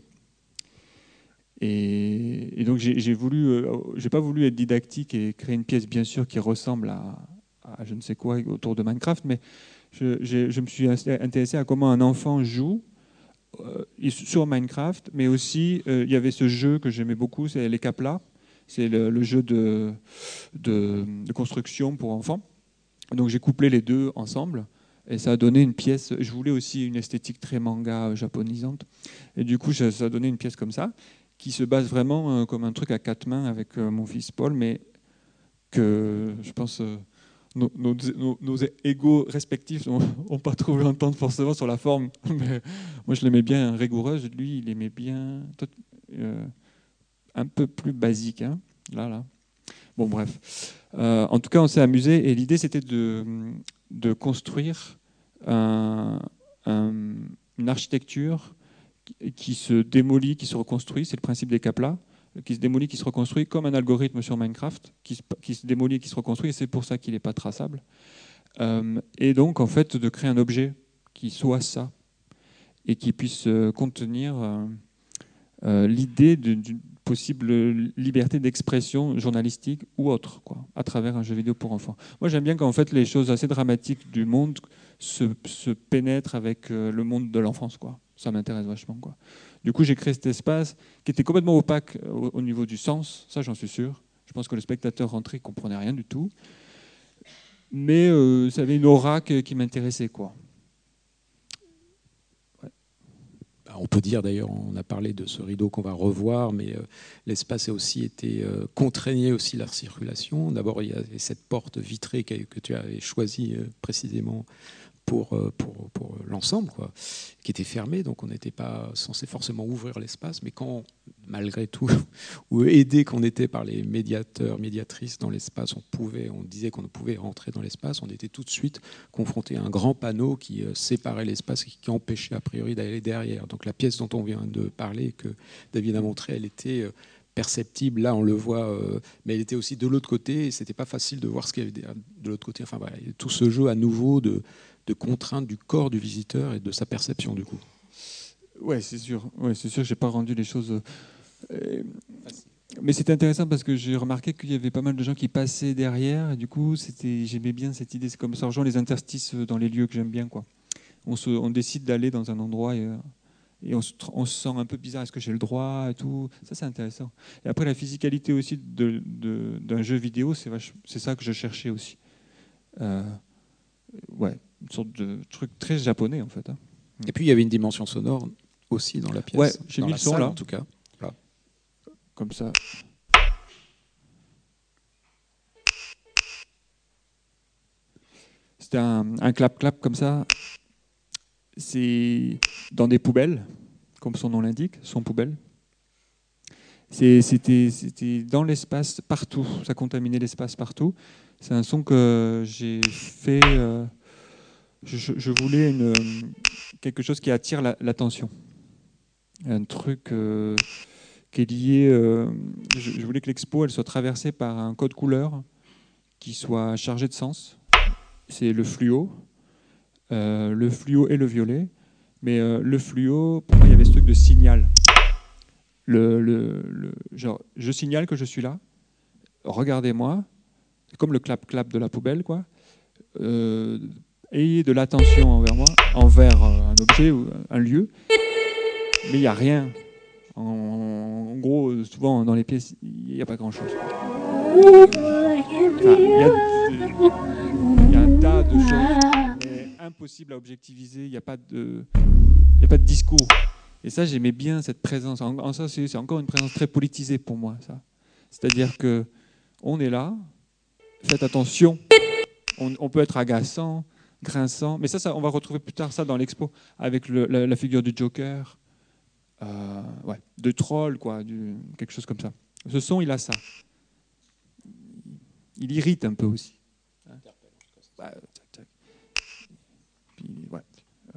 Et, et donc j'ai, j'ai voulu, euh, j'ai pas voulu être didactique et créer une pièce bien sûr qui ressemble à, à je ne sais quoi autour de Minecraft, mais je, j'ai- je me suis intéressé à comment un enfant joue euh, sur Minecraft, mais aussi euh, il y avait ce jeu que j'aimais beaucoup, c'est les Caplas, c'est le, le jeu de, de, de construction pour enfants. Donc j'ai couplé les deux ensemble. Et ça a donné une pièce. Je voulais aussi une esthétique très manga euh, japonisante. Et du coup, ça a donné une pièce comme ça, qui se base vraiment euh, comme un truc à quatre mains avec euh, mon fils Paul, mais que je pense euh, nos, nos, nos, nos égos respectifs n'ont pas trouvé l'entente forcément sur la forme. Mais moi, je l'aimais bien rigoureuse. Lui, il aimait bien euh, un peu plus basique. Hein, là, là. Bon, bref. Euh, en tout cas, on s'est amusé et l'idée, c'était de, de construire un, un, une architecture qui, qui se démolit, qui se reconstruit. C'est le principe des Caplas, qui se démolit, qui se reconstruit comme un algorithme sur Minecraft, qui se, qui se démolit, qui se reconstruit. Et c'est pour ça qu'il n'est pas traçable. Euh, et donc, en fait, de créer un objet qui soit ça et qui puisse contenir euh, euh, l'idée d'une possible liberté d'expression journalistique ou autre, quoi, à travers un jeu vidéo pour enfants. Moi, j'aime bien quand en fait les choses assez dramatiques du monde se, se pénètrent avec euh, le monde de l'enfance, quoi. Ça m'intéresse vachement, quoi. Du coup, j'ai créé cet espace qui était complètement opaque au, au niveau du sens, ça j'en suis sûr. Je pense que le spectateur rentrait, il ne comprenait rien du tout. Mais euh, ça avait une aura que, qui m'intéressait, quoi. Ouais. On peut dire d'ailleurs, on a parlé de ce rideau qu'on va revoir, mais euh, l'espace a aussi été euh, contraigné aussi la circulation. D'abord, il y avait cette porte vitrée que, que tu avais choisie euh, précisément pour, euh, pour, pour l'ensemble, quoi, qui était fermée, donc on n'était pas censé forcément ouvrir l'espace, mais quand, malgré tout, ou aidé qu'on était par les médiateurs, médiatrices dans l'espace, on pouvait, on disait qu'on pouvait rentrer dans l'espace, on était tout de suite confronté à un grand panneau qui euh, séparait l'espace et qui empêchait a priori d'aller derrière. Donc la pièce dont on vient de parler, que David a montré, elle était euh, perceptible, là on le voit, euh, mais elle était aussi de l'autre côté, et c'était pas facile de voir ce qu'il y avait de l'autre côté. Enfin voilà, tout ce jeu à nouveau de de contraintes du corps du visiteur et de sa perception du coup. Ouais, c'est sûr. Ouais, c'est sûr que j'ai pas rendu les choses. Euh, mais c'était intéressant parce que j'ai remarqué qu'il y avait pas mal de gens qui passaient derrière. Et du coup, c'était, j'aimais bien cette idée. C'est comme ça rejoint les interstices dans les lieux que j'aime bien, quoi. On se, on décide d'aller dans un endroit et, et on, se, on se sent un peu bizarre. Est-ce que j'ai le droit et tout. Ça, c'est intéressant. Et après, la physicalité aussi de, de, d'un jeu vidéo, c'est, vache, c'est ça que je cherchais aussi. Euh, ouais. Une sorte de truc très japonais en fait. Et puis il y avait une dimension sonore aussi dans la pièce. Ouais, j'ai dans mis la le son salle, là. En tout cas. Voilà. Comme ça. C'était un, un clap-clap comme ça. C'est dans des poubelles, comme son nom l'indique, son poubelle. C'est, c'était, c'était dans l'espace partout. Ça contaminait l'espace partout. C'est un son que j'ai fait. Euh, je, je voulais une, quelque chose qui attire la, l'attention. Un truc euh, qui est lié. Euh, je, je voulais que l'expo elle soit traversée par un code couleur qui soit chargé de sens. C'est le fluo, euh, le fluo et le violet. Mais euh, le fluo, pour moi, il y avait ce truc de signal. Le, le, le, genre, je signale que je suis là. Regardez-moi. C'est comme le clap-clap de la poubelle, quoi. Euh, ayez de l'attention envers moi, envers un objet ou un lieu. Mais il n'y a rien. En, en gros, souvent dans les pièces, il n'y a pas grand-chose. Enfin, il y a, il y a un tas de choses, mais impossible à objectiviser. Il n'y a pas de, il n'y a pas de discours. Et ça, j'aimais bien cette présence. En, en ça, c'est, c'est encore une présence très politisée pour moi, ça. C'est-à-dire que on est là. Faites attention. On, on peut être agaçant, grinçant, mais ça, ça, on va retrouver plus tard ça dans l'expo avec le, la, la figure du Joker. Euh, ouais, de troll, quoi, du, quelque chose comme ça. Ce son, il a ça. Il irrite un peu aussi. Hein, bah, tac, tac. Puis, ouais. Euh.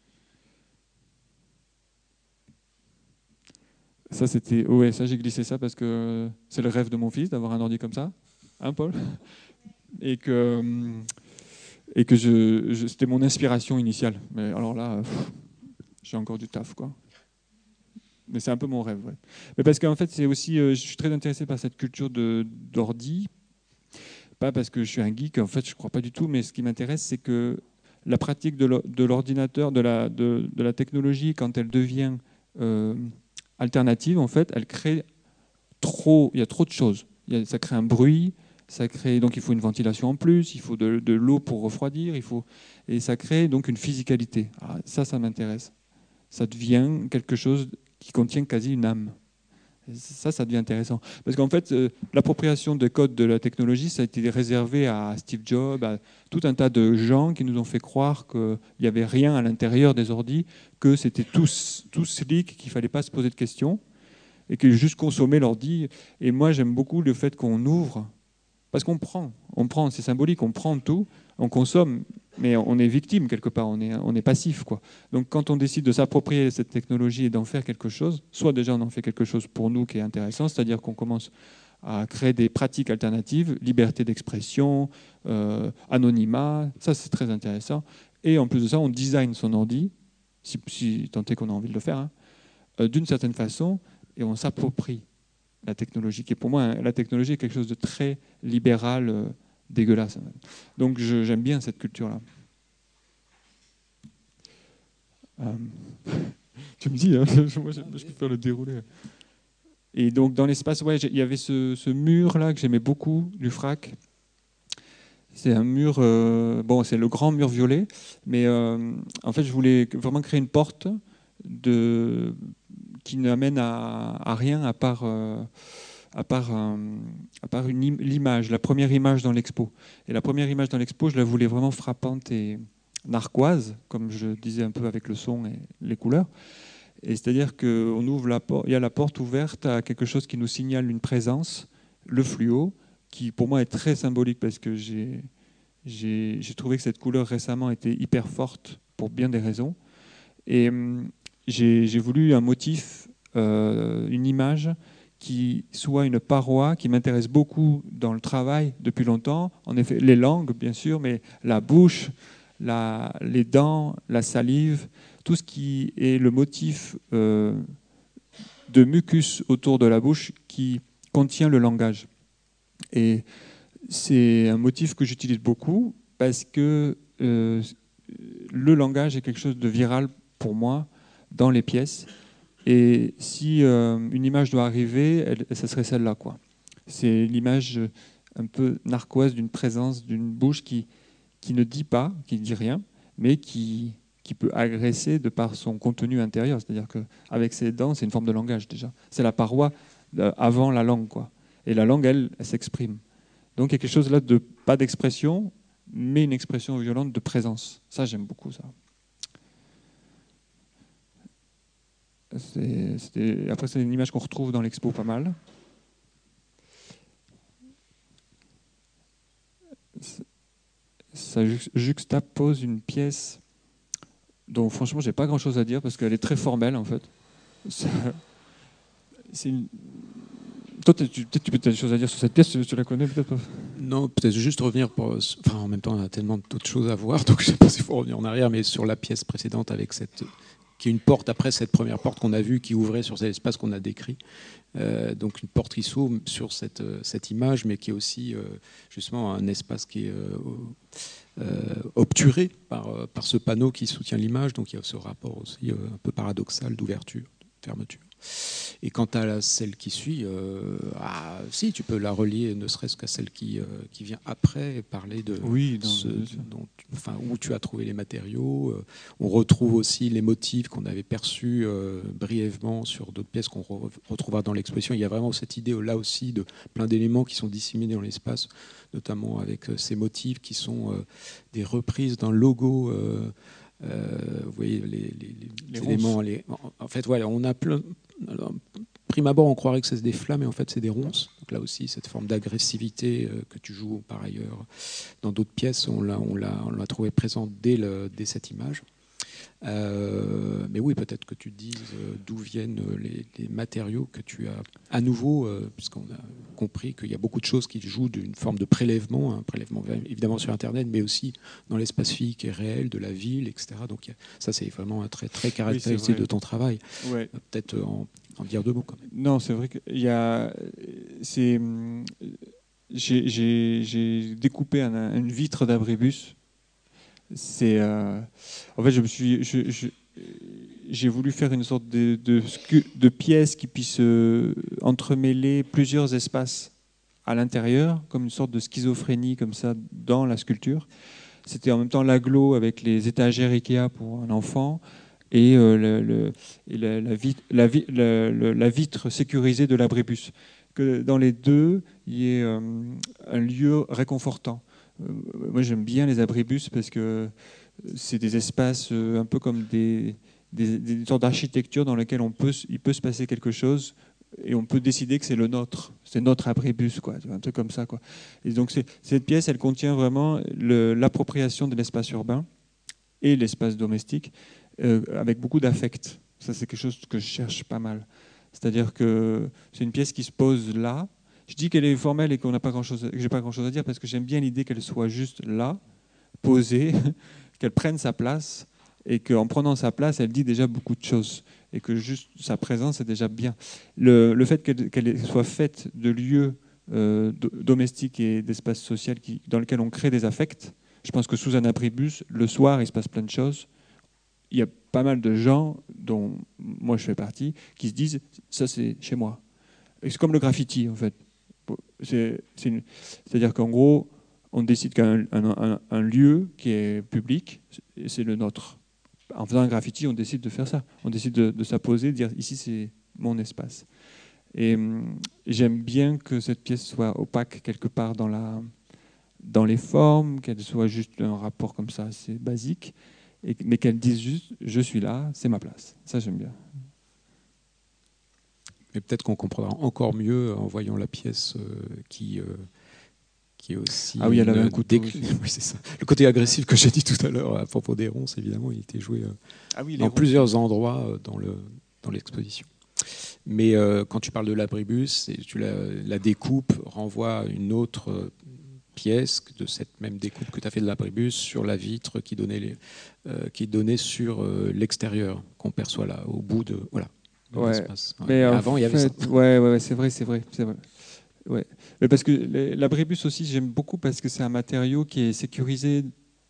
Ça, c'était. Oh ouais, ça, j'ai glissé ça parce que c'est le rêve de mon fils d'avoir un ordi comme ça. Hein, Paul? Et que, et que je, je, c'était mon inspiration initiale. Mais alors là, pff, j'ai encore du taf, quoi. Mais c'est un peu mon rêve, ouais. Mais parce qu'en fait, c'est aussi, euh, je suis très intéressé par cette culture de, d'ordi. Pas parce que je suis un geek, en fait, je ne crois pas du tout, mais ce qui m'intéresse, c'est que la pratique de l'ordinateur, de la, de, de la technologie, quand elle devient euh, alternative, en fait, elle crée trop, il y a trop de choses. Il y a, ça crée un bruit, ça crée, donc il faut une ventilation en plus, il faut de, de l'eau pour refroidir, il faut, et ça crée donc une physicalité. Ah, ça, ça m'intéresse. Ça devient quelque chose qui contient quasi une âme. Ça, ça devient intéressant. Parce qu'en fait, euh, l'appropriation des codes de la technologie, ça a été réservé à Steve Jobs, à tout un tas de gens qui nous ont fait croire qu'il n'y avait rien à l'intérieur des ordis, que c'était tout, tout slick, qu'il ne fallait pas se poser de questions, et que juste consommer l'ordi. Et moi, j'aime beaucoup le fait qu'on ouvre, parce qu'on prend, on prend, c'est symbolique, on prend tout, on consomme, mais on est victime quelque part, on est, on est passif, quoi. Donc quand on décide de s'approprier cette technologie et d'en faire quelque chose, soit déjà on en fait quelque chose pour nous qui est intéressant, c'est-à-dire qu'on commence à créer des pratiques alternatives, liberté d'expression, euh, anonymat, ça c'est très intéressant. Et en plus de ça, on design son ordi, si, si tant est qu'on a envie de le faire, hein, euh, d'une certaine façon, et on s'approprie la technologie, qui est pour moi, hein, la technologie est quelque chose de très libéral, euh, dégueulasse. Donc je, j'aime bien cette culture-là. Euh, tu me dis, hein, moi je, je peux faire le déroulé. Et donc dans l'espace, ouais, il y avait ce, ce mur-là que j'aimais beaucoup, du Frac. C'est un mur, euh, bon, c'est le grand mur violet, mais euh, en fait, je voulais vraiment créer une porte de, qui n'amène à, à rien à part, euh, à part, euh, à part une, l'image, la première image dans l'expo. Et la première image dans l'expo, je la voulais vraiment frappante et narquoise, comme je disais un peu avec le son et les couleurs. Et c'est-à-dire qu'on ouvre la porte, il y a la porte ouverte à quelque chose qui nous signale une présence, le fluo, qui pour moi est très symbolique parce que j'ai, j'ai, j'ai trouvé que cette couleur récemment était hyper forte pour bien des raisons. Et hum, j'ai, j'ai voulu un motif, euh, une image qui soit une paroi qui m'intéresse beaucoup dans le travail depuis longtemps. En effet, les langues, bien sûr, mais la bouche, la, les dents, la salive, tout ce qui est le motif euh, de mucus autour de la bouche qui contient le langage. Et c'est un motif que j'utilise beaucoup parce que euh, le langage est quelque chose de viral pour moi dans les pièces. Et si euh, une image doit arriver, elle, ça serait celle-là, quoi. C'est l'image un peu narquoise d'une présence, d'une bouche qui, qui ne dit pas, qui ne dit rien, mais qui, qui peut agresser de par son contenu intérieur. C'est-à-dire qu'avec ses dents, c'est une forme de langage déjà. C'est la paroi avant la langue, quoi. Et la langue, elle, elle s'exprime. Donc il y a quelque chose là de pas d'expression, mais une expression violente de présence. Ça, j'aime beaucoup ça. C'est, c'était... Après, c'est une image qu'on retrouve dans l'expo pas mal. Ça juxtapose une pièce dont franchement j'ai pas grand chose à dire parce qu'elle est très formelle en fait. Ça, c'est une... Toi, tu, peut-être tu peux as des choses à dire sur cette pièce, tu, tu la connais peut-être pas? Non, peut-être juste revenir pour... Enfin, en même temps, on a tellement d'autres choses à voir, donc je ne sais pas s'il faut revenir en arrière, mais sur la pièce précédente avec cette... qui est une porte après cette première porte qu'on a vue, qui ouvrait sur cet espace qu'on a décrit. Euh, donc une porte qui s'ouvre sur cette, cette image, mais qui est aussi euh, justement un espace qui est euh, euh, obturé par, par ce panneau qui soutient l'image. Donc il y a ce rapport aussi euh, un peu paradoxal d'ouverture, de fermeture. Et quant à la, celle qui suit, euh, ah, si, tu peux la relier ne serait-ce qu'à celle qui, euh, qui vient après et parler de oui, ce dont, enfin, où tu as trouvé les matériaux. Euh, on retrouve aussi les motifs qu'on avait perçus euh, brièvement sur d'autres pièces qu'on re retrouvera dans l'exposition. Il y a vraiment cette idée là aussi de plein d'éléments qui sont disséminés dans l'espace, notamment avec euh, ces motifs qui sont euh, des reprises d'un logo. Euh, Euh, vous voyez les, les, les, les éléments. Les, en fait, voilà, on a plein. Alors, prime abord, on croirait que c'est des flammes, mais en fait, c'est des ronces. Donc là aussi, cette forme d'agressivité euh, que tu joues par ailleurs dans d'autres pièces, on l'a, on l'a, on l'a trouvé présente dès, le, dès cette image. Euh, mais oui, peut-être que tu dises euh, d'où viennent les, les matériaux que tu as à nouveau, euh, puisqu'on a compris qu'il y a beaucoup de choses qui jouent d'une forme de prélèvement, un prélèvement évidemment sur Internet, mais aussi dans l'espace physique et réel de la ville, et cetera. Donc ça, c'est vraiment un trait très caractéristique oui, de ton travail. Ouais. Peut-être en, en dire deux mots quand même. Non, c'est vrai qu'il y a... C'est... J'ai, j'ai, j'ai découpé un, une vitre d'abribus. C'est, euh, en fait, je me suis, je, je, j'ai voulu faire une sorte de, de, de pièce qui puisse euh, entremêler plusieurs espaces à l'intérieur, comme une sorte de schizophrénie comme ça dans la sculpture. C'était en même temps l'agglo avec les étagères Ikea pour un enfant et, euh, le, le, et la, la, vitre, la, la, la, la vitre sécurisée de l'abribus. Que dans les deux, il y ait euh, un lieu réconfortant. Euh, moi, j'aime bien les abribus parce que c'est des espaces euh, un peu comme des, des, des sortes d'architecture dans lesquelles on peut, il peut se passer quelque chose et on peut décider que c'est le nôtre, c'est notre abribus, quoi, un truc comme ça, quoi. Et donc c'est, cette pièce, elle contient vraiment le, l'appropriation de l'espace urbain et l'espace domestique euh, avec beaucoup d'affect. Ça, c'est quelque chose que je cherche pas mal. C'est-à-dire que c'est une pièce qui se pose là. Je dis qu'elle est formelle et qu'on n'a pas grand-chose, que j'ai pas grand-chose à dire parce que j'aime bien l'idée qu'elle soit juste là, posée, qu'elle prenne sa place et qu'en prenant sa place, elle dit déjà beaucoup de choses et que juste sa présence est déjà bien. Le, le fait qu'elle, qu'elle soit faite de lieux euh, domestiques et d'espaces sociaux qui, dans lesquels on crée des affects, je pense que sous un abribus, le soir, il se passe plein de choses. Il y a pas mal de gens, dont moi je fais partie, qui se disent « ça c'est chez moi ». Et c'est comme le graffiti, en fait. C'est, c'est une, c'est-à-dire qu'en gros, on décide qu'un un, un, un lieu qui est public, c'est le nôtre. En faisant un graffiti, on décide de faire ça. On décide de, de s'apposer, de dire ici c'est mon espace. Et hum, j'aime bien que cette pièce soit opaque quelque part dans, la, dans les formes, qu'elle soit juste un rapport comme ça assez basique, et, mais qu'elle dise juste je suis là, c'est ma place. Ça j'aime bien. Mais peut-être qu'on comprendra encore mieux en voyant la pièce euh, qui, euh, qui est aussi... Ah oui, elle avait une un couteau déc- aussi. Oui, c'est ça. Le côté agressif que j'ai dit tout à l'heure à propos des ronces, évidemment, il était joué euh, Ah oui, les dans ronces. plusieurs endroits euh, dans, le, dans l'exposition. Mais euh, quand tu parles de l'abribus, et tu la, la découpe renvoie à une autre euh, pièce de cette même découpe que tu as fait de l'abribus sur la vitre qui donnait, les, euh, qui donnait sur euh, l'extérieur, qu'on perçoit là, au bout de... Voilà. De Ouais. l'espace. Ouais. Mais Et en avant, il y avait fait, ça. ouais, ouais, ouais, c'est vrai, c'est vrai, c'est vrai. Ouais. Mais parce que les- l'abribus aussi, j'aime beaucoup parce que c'est un matériau qui est sécurisé,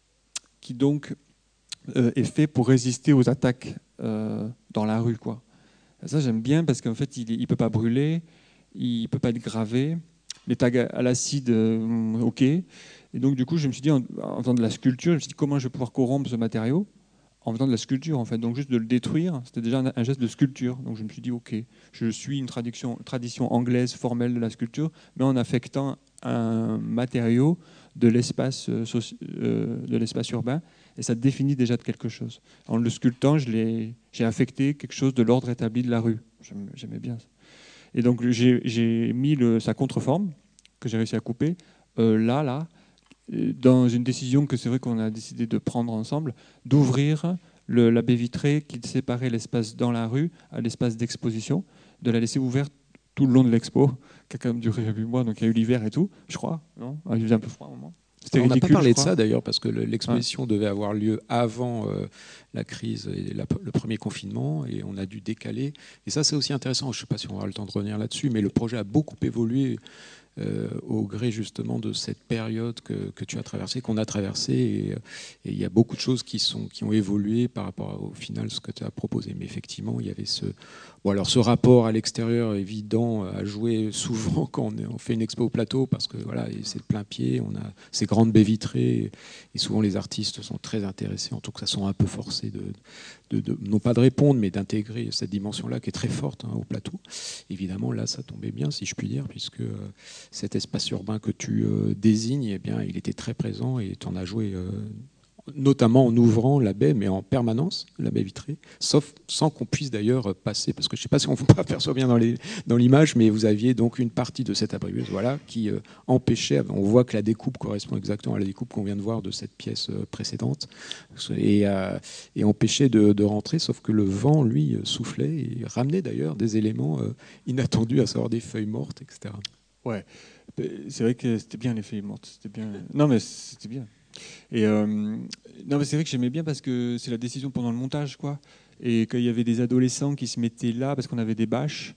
qui donc euh, est fait pour résister aux attaques euh, dans la rue, quoi. Et ça, j'aime bien parce qu'en fait, il ne peut pas brûler, il ne peut pas être gravé. Les tags à l'acide, euh, ok. Et donc, du coup, je me suis dit, en, en faisant de la sculpture, je me suis dit comment je vais pouvoir corrompre ce matériau en faisant de la sculpture, en fait. Donc, juste de le détruire, c'était déjà un, un geste de sculpture. Donc, je me suis dit, ok, je suis une tradition, tradition anglaise formelle de la sculpture, mais en affectant un matériau de l'espace, euh, soci- euh, de l'espace urbain, et ça définit déjà de quelque chose. En le sculptant, je l'ai, j'ai affecté quelque chose de l'ordre établi de la rue. J'aime- J'aimais bien ça. Et donc j'ai, j'ai mis le, sa contreforme, que j'ai réussi à couper, euh, là, là, euh, dans une décision que c'est vrai qu'on a décidé de prendre ensemble, d'ouvrir le, la baie vitrée qui séparait l'espace dans la rue à l'espace d'exposition, de la laisser ouverte tout le long de l'expo, qui a quand même duré huit mois, donc il y a eu l'hiver et tout, je crois, non? Il faisait un peu froid à un moment. C'était On n'a pas ridicule, je parlé de crois. ça d'ailleurs parce que le- Ouais. l'exposition devait avoir lieu avant euh, la crise et la- le premier confinement et on a dû décaler. Et ça c'est aussi intéressant, je ne sais pas si on aura le temps de revenir là-dessus, mais le projet a beaucoup évolué euh, au gré justement de cette période que, que tu as traversée, qu'on a traversée. Et, et il y a beaucoup de choses qui, sont, qui ont évolué par rapport au final ce que tu as proposé. Mais effectivement, il y avait ce, bon, alors ce rapport à l'extérieur évident à jouer souvent quand on, est, on fait une expo au plateau parce que voilà, c'est de plein pied, on a ces grandes baies vitrées et souvent les artistes sont très intéressés, en tout cas sont un peu forcés de, de, de non pas de répondre, mais d'intégrer cette dimension-là qui est très forte hein, au plateau. Évidemment, là, ça tombait bien, si je puis dire, puisque euh, cet espace urbain que tu euh, désignes, eh bien, il était très présent et tu en as joué euh, notamment en ouvrant la baie, mais en permanence, la baie vitrée, sauf sans qu'on puisse d'ailleurs passer, parce que je ne sais pas si on aperçoit bien dans, les, dans l'image, mais vous aviez donc une partie de cette abribus voilà, qui euh, empêchait, on voit que la découpe correspond exactement à la découpe qu'on vient de voir de cette pièce euh, précédente, et, euh, et empêchait de, de rentrer, sauf que le vent, lui, soufflait et ramenait d'ailleurs des éléments euh, inattendus, à savoir des feuilles mortes, et cetera. Ouais, c'est vrai que c'était bien les feuilles mortes, c'était bien. Non mais c'était bien. Et euh, non mais c'est vrai que j'aimais bien parce que c'est la décision pendant le montage quoi. Et qu'il y avait des adolescents qui se mettaient là parce qu'on avait des bâches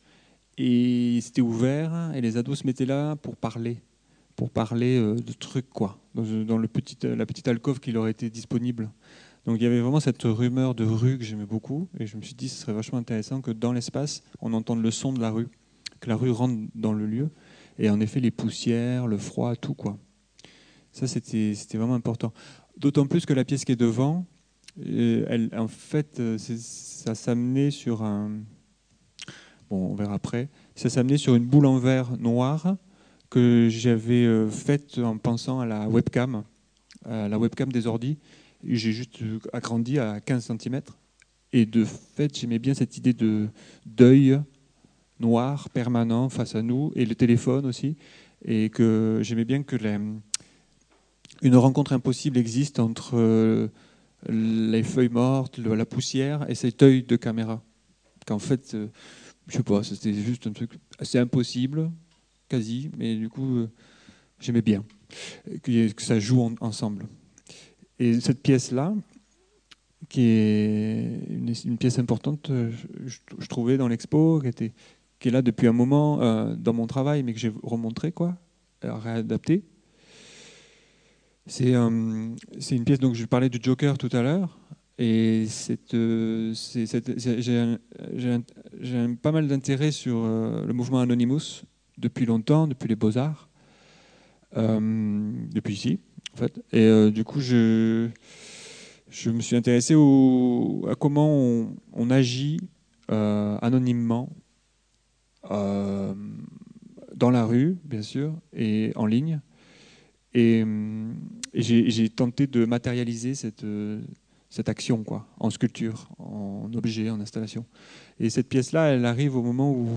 et c'était ouvert et les ados se mettaient là pour parler, pour parler euh, de trucs quoi, dans, dans le petit, la petite alcôve qui leur était disponible. Donc il y avait vraiment cette rumeur de rue que j'aimais beaucoup et je me suis dit ce serait vachement intéressant que dans l'espace on entende le son de la rue, que la rue rentre dans le lieu. Et en effet, les poussières, le froid, tout quoi. Ça, c'était, c'était vraiment important. D'autant plus que la pièce qui est devant, euh, elle, en fait, euh, c'est, ça s'amenait sur un. Bon, on verra après. Ça s'amenait sur une boule en verre noire que j'avais euh, faite en pensant à la webcam, à la webcam des ordis. J'ai juste euh, agrandi à quinze centimètres. Et de fait, j'aimais bien cette idée de d'œil noir permanent face à nous et le téléphone aussi, et que j'aimais bien que les, une rencontre impossible existe entre euh, les feuilles mortes, le, la poussière et cet œil de caméra. Qu'en fait, euh, je sais pas, c'était juste un truc assez impossible, quasi, mais du coup, euh, j'aimais bien que, que ça joue en, ensemble. Et cette pièce-là, qui est une, une pièce importante, je, je, je trouvais dans l'expo, qui était qui est là depuis un moment euh, dans mon travail, mais que j'ai remontré, quoi, réadapté. C'est euh, c'est une pièce, donc je parlais du Joker tout à l'heure, et cette, euh, c'est, cette, j'ai, un, j'ai, un, j'ai pas mal d'intérêt sur euh, le mouvement Anonymous depuis longtemps, depuis les Beaux-Arts, euh, depuis ici, en fait. Et euh, du coup, je, je me suis intéressé au, à comment on, on agit euh, anonymement euh, dans la rue, bien sûr, et en ligne. Et, et j'ai, j'ai tenté de matérialiser cette, cette action, quoi, en sculpture, en objet, en installation. Et cette pièce-là, elle arrive au moment où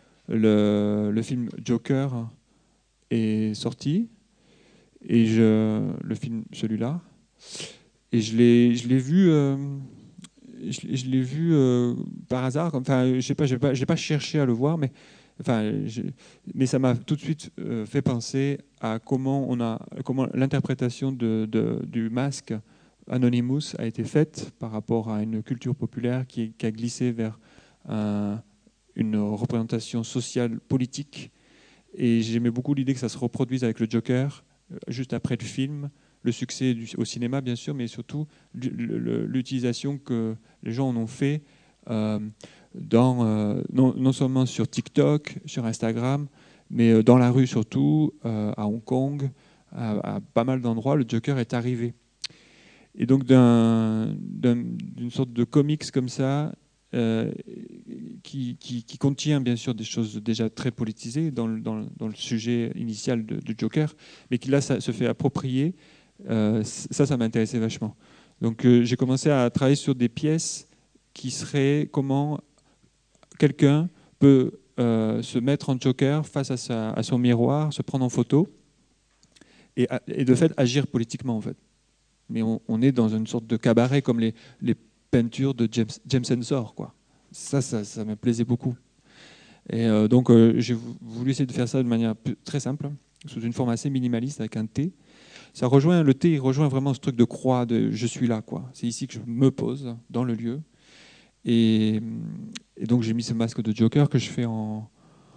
le, le film Joker est sorti, et je, le film, celui-là, et je l'ai, je l'ai vu, euh, je, je l'ai vu euh, par hasard. Enfin, je sais pas, je n'ai pas, j'ai pas cherché à le voir, mais enfin, je, mais ça m'a tout de suite euh, fait penser à comment on a, comment l'interprétation de, de, du masque Anonymous a été faite par rapport à une culture populaire qui, qui a glissé vers un, une représentation sociale politique. Et j'aimais beaucoup l'idée que ça se reproduise avec le Joker euh, juste après le film, le succès du, au cinéma bien sûr, mais surtout l'utilisation que les gens en ont fait. Euh, Dans, euh, non, non seulement sur TikTok, sur Instagram, mais euh, dans la rue surtout, euh, à Hong Kong, à, à pas mal d'endroits, le Joker est arrivé. Et donc d'un, d'un, d'une sorte de comics comme ça, euh, qui, qui, qui contient bien sûr des choses déjà très politisées dans le, dans, dans le sujet initial de, de Joker, mais qui là ça, se fait approprier, euh, ça, ça m'intéressait vachement. Donc euh, j'ai commencé à travailler sur des pièces qui seraient comment quelqu'un peut euh, se mettre en Joker face à, sa, à son miroir, se prendre en photo et, et de fait agir politiquement en fait. Mais on, on est dans une sorte de cabaret comme les, les peintures de James, James Ensor, quoi. Ça, ça, ça me plaisait beaucoup. Et euh, donc euh, j'ai voulu essayer de faire ça de manière très simple, sous une forme assez minimaliste avec un T. Ça rejoint le T, il rejoint vraiment ce truc de croix, de je suis là, quoi. C'est ici que je me pose dans le lieu. Et, et donc j'ai mis ce masque de Joker que je fais en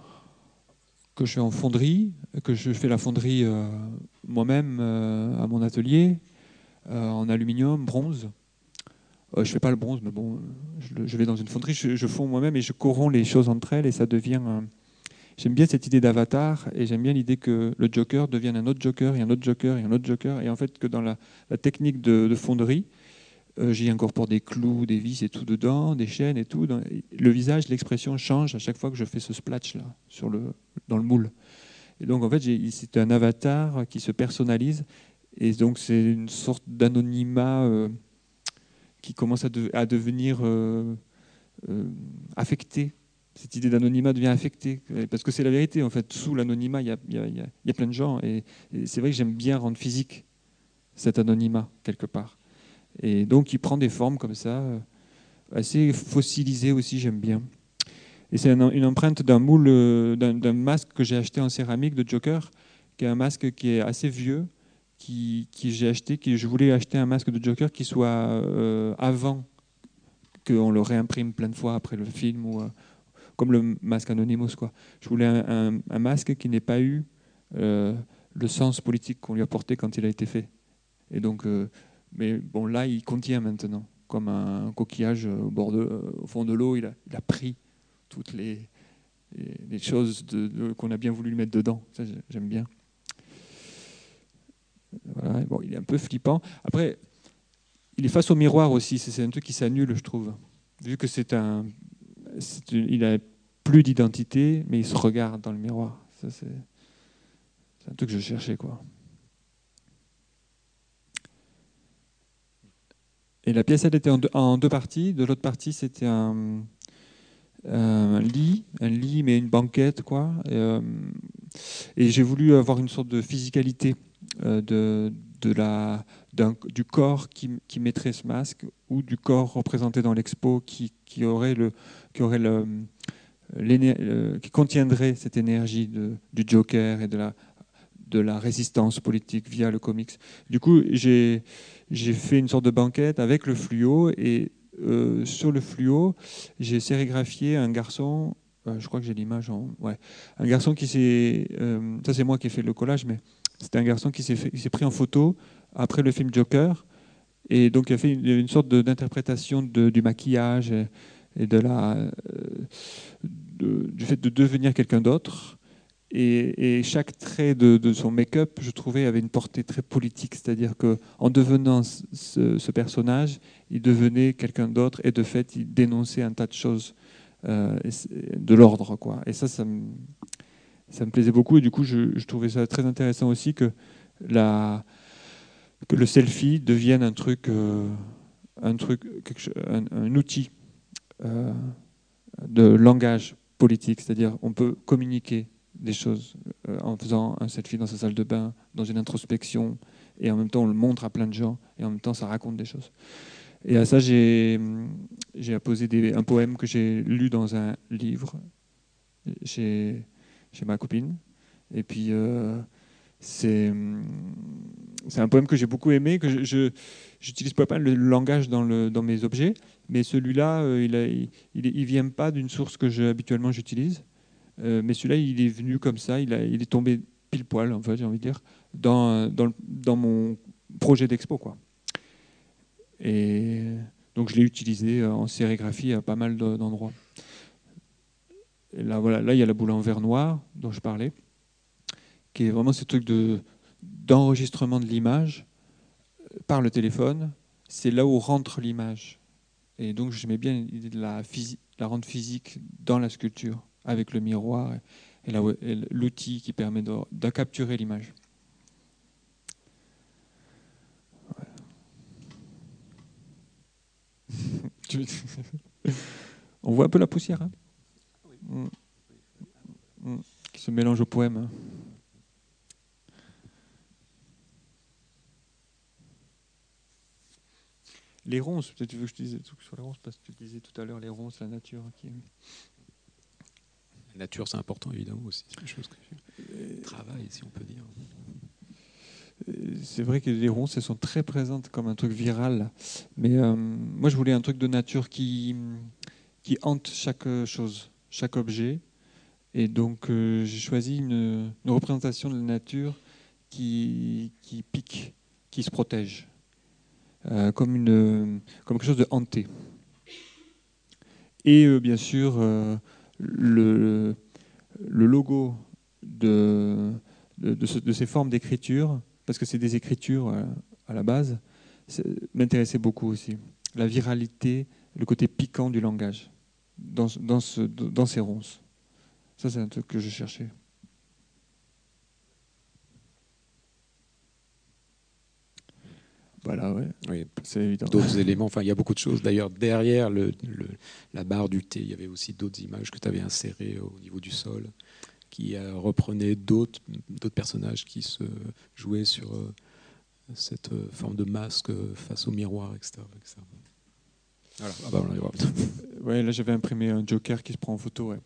que je fais en fonderie, que je fais la fonderie euh, moi-même euh, à mon atelier euh, en aluminium, bronze. Euh, je fais pas le bronze, mais bon, je, je vais dans une fonderie, je, je fonds moi-même et je corromps les choses entre elles et ça devient. Un... J'aime bien cette idée d'avatar et j'aime bien l'idée que le Joker devienne un autre Joker et un autre Joker et un autre Joker et en fait que dans la, la technique de, de fonderie, Euh, j'y incorpore des clous, des vis et tout dedans, des chaînes et tout. Le visage, l'expression change à chaque fois que je fais ce splash là sur le, dans le moule. Et donc en fait, c'est un avatar qui se personnalise et donc c'est une sorte d'anonymat euh, qui commence à, de, à devenir euh, euh, affecté. Cette idée d'anonymat devient affectée parce que c'est la vérité en fait. Sous l'anonymat, il y a, y, a, y a plein de gens et, et c'est vrai que j'aime bien rendre physique cet anonymat quelque part. Et donc il prend des formes comme ça, assez fossilisées aussi, j'aime bien. Et c'est une empreinte d'un moule, d'un, d'un masque que j'ai acheté en céramique de Joker, qui est un masque qui est assez vieux, qui, qui j'ai acheté, qui je voulais acheter un masque de Joker qui soit euh, avant qu'on le réimprime plein de fois après le film, ou euh, comme le masque Anonymous, quoi. Je voulais un, un, un masque qui n'ait pas eu euh, le sens politique qu'on lui a porté quand il a été fait. Et donc euh, mais bon, là, il contient maintenant, comme un coquillage au, bord de, au fond de l'eau. Il a, il a pris toutes les, les choses de, de, qu'on a bien voulu lui mettre dedans. Ça, j'aime bien. Voilà. Bon, il est un peu flippant. Après, il est face au miroir aussi. C'est un truc qui s'annule, je trouve. Vu que c'est un, c'est une, il a plus d'identité, mais il se regarde dans le miroir. Ça, c'est, c'est un truc que je cherchais, quoi. Et la pièce, elle était en deux, en deux parties. De l'autre partie, c'était un, un lit, un lit, mais une banquette, quoi. Et, euh, et j'ai voulu avoir une sorte de physicalité euh, de, de la, d'un, du corps qui, qui mettrait ce masque, ou du corps représenté dans l'expo qui, qui aurait le, qui aurait le, le, qui contiendrait cette énergie de, du Joker et de la, de la résistance politique via le comics. Du coup, j'ai, j'ai fait une sorte de banquette avec le fluo et euh, sur le fluo, j'ai sérigraphié un garçon, euh, je crois que j'ai l'image, en, ouais, un garçon qui s'est, euh, ça c'est moi qui ai fait le collage, mais c'était un garçon qui s'est, fait, qui s'est pris en photo après le film Joker et donc il a fait une, une sorte de, d'interprétation de, du maquillage. Et, et de la, euh, de, du fait de devenir quelqu'un d'autre. Et, et chaque trait de, de son make-up, je trouvais, avait une portée très politique. C'est-à-dire qu'en devenant ce, ce personnage, il devenait quelqu'un d'autre et de fait, il dénonçait un tas de choses euh, de l'ordre, quoi. Et ça, ça me, ça me plaisait beaucoup. Et du coup, je, je trouvais ça très intéressant aussi que, la, que le selfie devienne un truc, euh, un, truc quelque, un, un outil euh, de langage politique. C'est-à-dire on peut communiquer des choses euh, en faisant un selfie dans sa salle de bain, dans une introspection, et en même temps on le montre à plein de gens, et en même temps ça raconte des choses. Et à ça j'ai, j'ai apposé des, un poème que j'ai lu dans un livre chez, chez ma copine, et puis euh, c'est, c'est un poème que j'ai beaucoup aimé, que je, je j'utilise pas mal le langage dans, le, dans mes objets, mais celui-là euh, il, a, il, il vient pas d'une source que je, habituellement j'utilise. Euh, mais celui-là, il est venu comme ça, il, a, il est tombé pile poil, en fait, j'ai envie de dire, dans, dans, le, dans mon projet d'expo, quoi. Et donc, je l'ai utilisé en sérigraphie à pas mal d'endroits. Et là, voilà, là, il y a la boule en verre noir dont je parlais, qui est vraiment ce truc de, d'enregistrement de l'image par le téléphone. C'est là où rentre l'image. Et donc, j'aimais bien l'idée de la, physi- la rendre physique dans la sculpture, avec le miroir et, la, et l'outil qui permet de, de capturer l'image. Ouais. On voit un peu la poussière, hein, mmh. Mmh. Qui se mélange au poème. Les ronces, peut-être tu veux que je te dise des trucs sur les ronces, parce que tu disais tout à l'heure les ronces, la nature. Qui... La nature, c'est important, évidemment, aussi. C'est quelque chose que je travaille, si on peut dire. C'est vrai que les ronces, elles sont très présentes comme un truc viral. Mais euh, moi, je voulais un truc de nature qui, qui hante chaque chose, chaque objet. Et donc, euh, j'ai choisi une, une représentation de la nature qui, qui pique, qui se protège, euh, comme, une, comme quelque chose de hanté. Et euh, bien sûr, euh, le, le logo de, de, de, ce, de ces formes d'écriture, parce que c'est des écritures euh, à la base, m'intéressait beaucoup aussi. La viralité, le côté piquant du langage dans, dans, ce, dans ces ronces. Ça, c'est un truc que je cherchais. Voilà, ouais. Oui, c'est évident. D'autres éléments, enfin, il y a beaucoup de choses. D'ailleurs, derrière le, le, la barre du thé, il y avait aussi d'autres images que tu avais insérées au niveau du sol, qui euh, reprenaient d'autres, d'autres personnages qui se jouaient sur euh, cette euh, forme de masque face au miroir, et cetera et cetera. Voilà. Ah bah, on arrive. Ouais, là, j'avais imprimé un Joker qui se prend en photo. Ouais.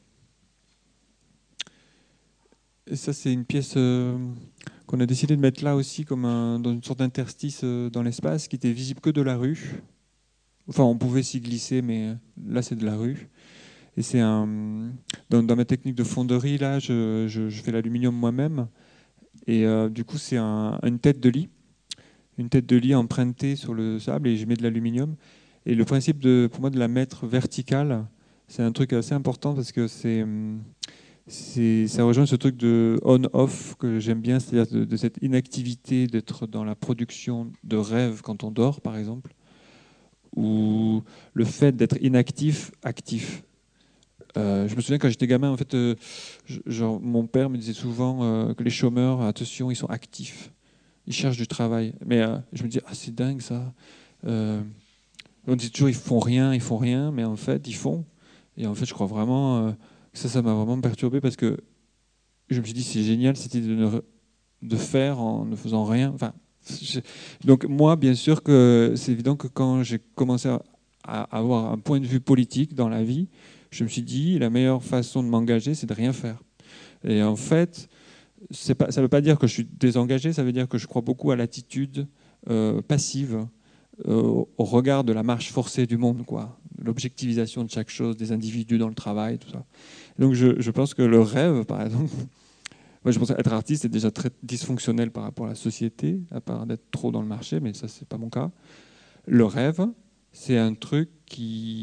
Et ça, c'est une pièce euh, qu'on a décidé de mettre là aussi, comme un, dans une sorte d'interstice euh, dans l'espace, qui était visible que de la rue. Enfin, on pouvait s'y glisser, mais là, c'est de la rue. Et c'est un. Dans, dans ma technique de fonderie, là, je, je, je fais l'aluminium moi-même. Et euh, du coup, c'est un, une tête de lit, une tête de lit empruntée sur le sable, et je mets de l'aluminium. Et le principe, de, pour moi, de la mettre verticale, c'est un truc assez important parce que c'est. C'est, ça rejoint ce truc de on-off que j'aime bien, c'est-à-dire de, de cette inactivité, d'être dans la production de rêves quand on dort, par exemple, ou le fait d'être inactif, actif. Euh, je me souviens quand j'étais gamin, en fait, euh, genre, mon père me disait souvent euh, que les chômeurs, attention, ils sont actifs, ils cherchent du travail. Mais euh, je me dis, ah, c'est dingue ça. Euh, on dit toujours, ils font rien, ils font rien, mais en fait, ils font. Et en fait, je crois vraiment. Euh, Ça, ça m'a vraiment perturbé parce que je me suis dit c'est génial cette idée de, de faire en ne faisant rien. Enfin, je, donc moi, bien sûr que c'est évident que quand j'ai commencé à, à avoir un point de vue politique dans la vie, je me suis dit la meilleure façon de m'engager, c'est de rien faire. Et en fait, c'est pas, ça ne veut pas dire que je suis désengagé, ça veut dire que je crois beaucoup à l'attitude euh, passive euh, au regard de la marche forcée du monde, quoi, l'objectivisation de chaque chose, des individus dans le travail, tout ça. Donc je, je pense que le rêve, par exemple, moi je pense qu'être artiste est déjà très dysfonctionnel par rapport à la société, à part d'être trop dans le marché, mais ça c'est pas mon cas. Le rêve, c'est un truc qui,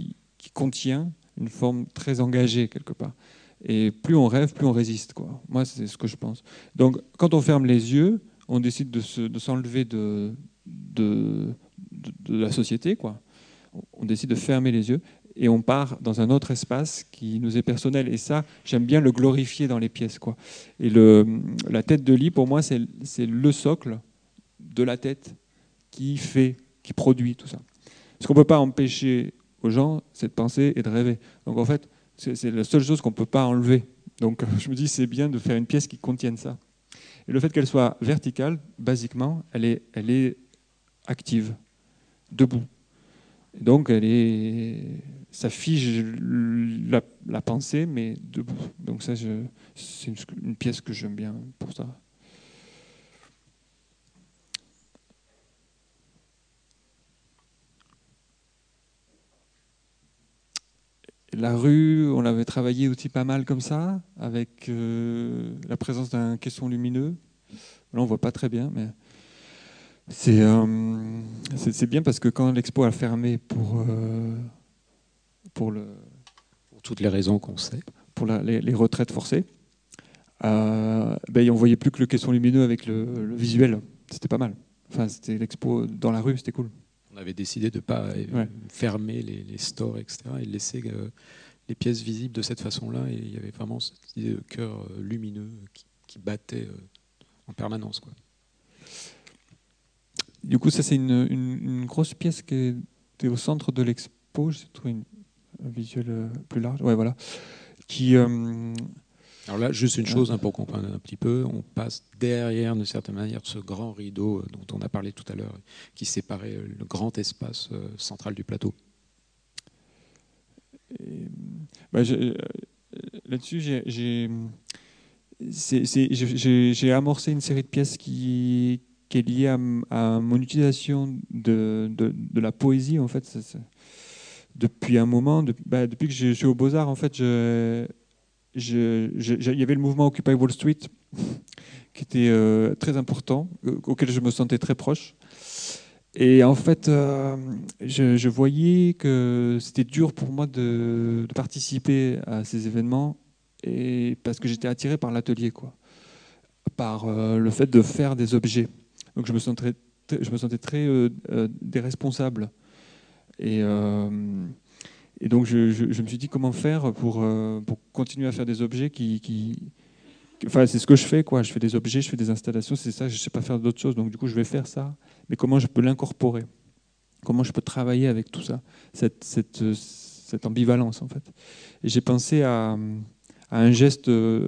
qui contient une forme très engagée quelque part. Et plus on rêve, plus on résiste, quoi. Moi, c'est ce que je pense. Donc, quand on ferme les yeux, on décide de, se, de s'enlever de, de, de, de la société, quoi. On décide de fermer les yeux et on part dans un autre espace qui nous est personnel. Et ça, j'aime bien le glorifier dans les pièces, quoi. Et le, la tête de lit, pour moi, c'est, c'est le socle de la tête qui fait, qui produit tout ça. Ce qu'on ne peut pas empêcher aux gens, c'est de penser et de rêver. Donc en fait, c'est, c'est la seule chose qu'on ne peut pas enlever. Donc je me dis, c'est bien de faire une pièce qui contienne ça. Et le fait qu'elle soit verticale, basiquement, elle est, elle est active, debout. Et donc elle est, ça fige la, la pensée, mais debout. Donc ça, je, c'est une, une pièce que j'aime bien pour ça. La rue, on l'avait travaillé aussi pas mal comme ça, avec euh, la présence d'un caisson lumineux. Là, on voit pas très bien, mais c'est, euh, c'est, c'est bien parce que quand l'expo a fermé pour, euh, pour, le, Pour toutes les raisons qu'on sait. pour la, les, les retraites forcées, euh, ben, on voyait plus que le caisson lumineux avec le, le visuel. C'était pas mal. Enfin, c'était l'expo dans la rue, c'était cool. On avait décidé de ne pas Ouais. fermer les, les stores, et cetera, et de laisser euh, les pièces visibles de cette façon-là. Et il y avait vraiment cette idée de cœur euh, lumineux qui, qui battait euh, en permanence, quoi. Du coup, ça, c'est une, une, une grosse pièce qui était au centre de l'expo. J'ai trouvé une, un visuel euh, plus large. Ouais, voilà. Qui, euh, Alors là, juste une chose hein, pour comprendre un petit peu, on passe derrière, d'une certaine manière, ce grand rideau euh, dont on a parlé tout à l'heure, qui séparait euh, le grand espace euh, central du plateau. Et, bah, j'ai, euh, là-dessus, j'ai, j'ai, c'est, c'est, j'ai, j'ai amorcé une série de pièces qui, qui est liée à, à mon utilisation de, de, de la poésie, en fait. Ça, ça, depuis un moment, de, bah, depuis que je suis aux Beaux-Arts, en fait, je, je, je, il y avait le mouvement Occupy Wall Street qui était euh, très important, euh, auquel je me sentais très proche. Et en fait, euh, je, je voyais que c'était dur pour moi de, de participer à ces événements, et parce que j'étais attiré par l'atelier, quoi, par euh, le fait de faire des objets. Donc je me sentais, je me sentais très euh, euh, déresponsable. Et, euh, et donc je, je, je me suis dit comment faire pour, euh, pour continuer à faire des objets qui, qui, Enfin, c'est ce que je fais, quoi. Je fais des objets, je fais des installations, c'est ça, je ne sais pas faire d'autres choses. Donc, du coup, je vais faire ça. Mais comment je peux l'incorporer? Comment je peux travailler avec tout ça? Cette, cette, cette ambivalence, en fait. Et j'ai pensé à, à un geste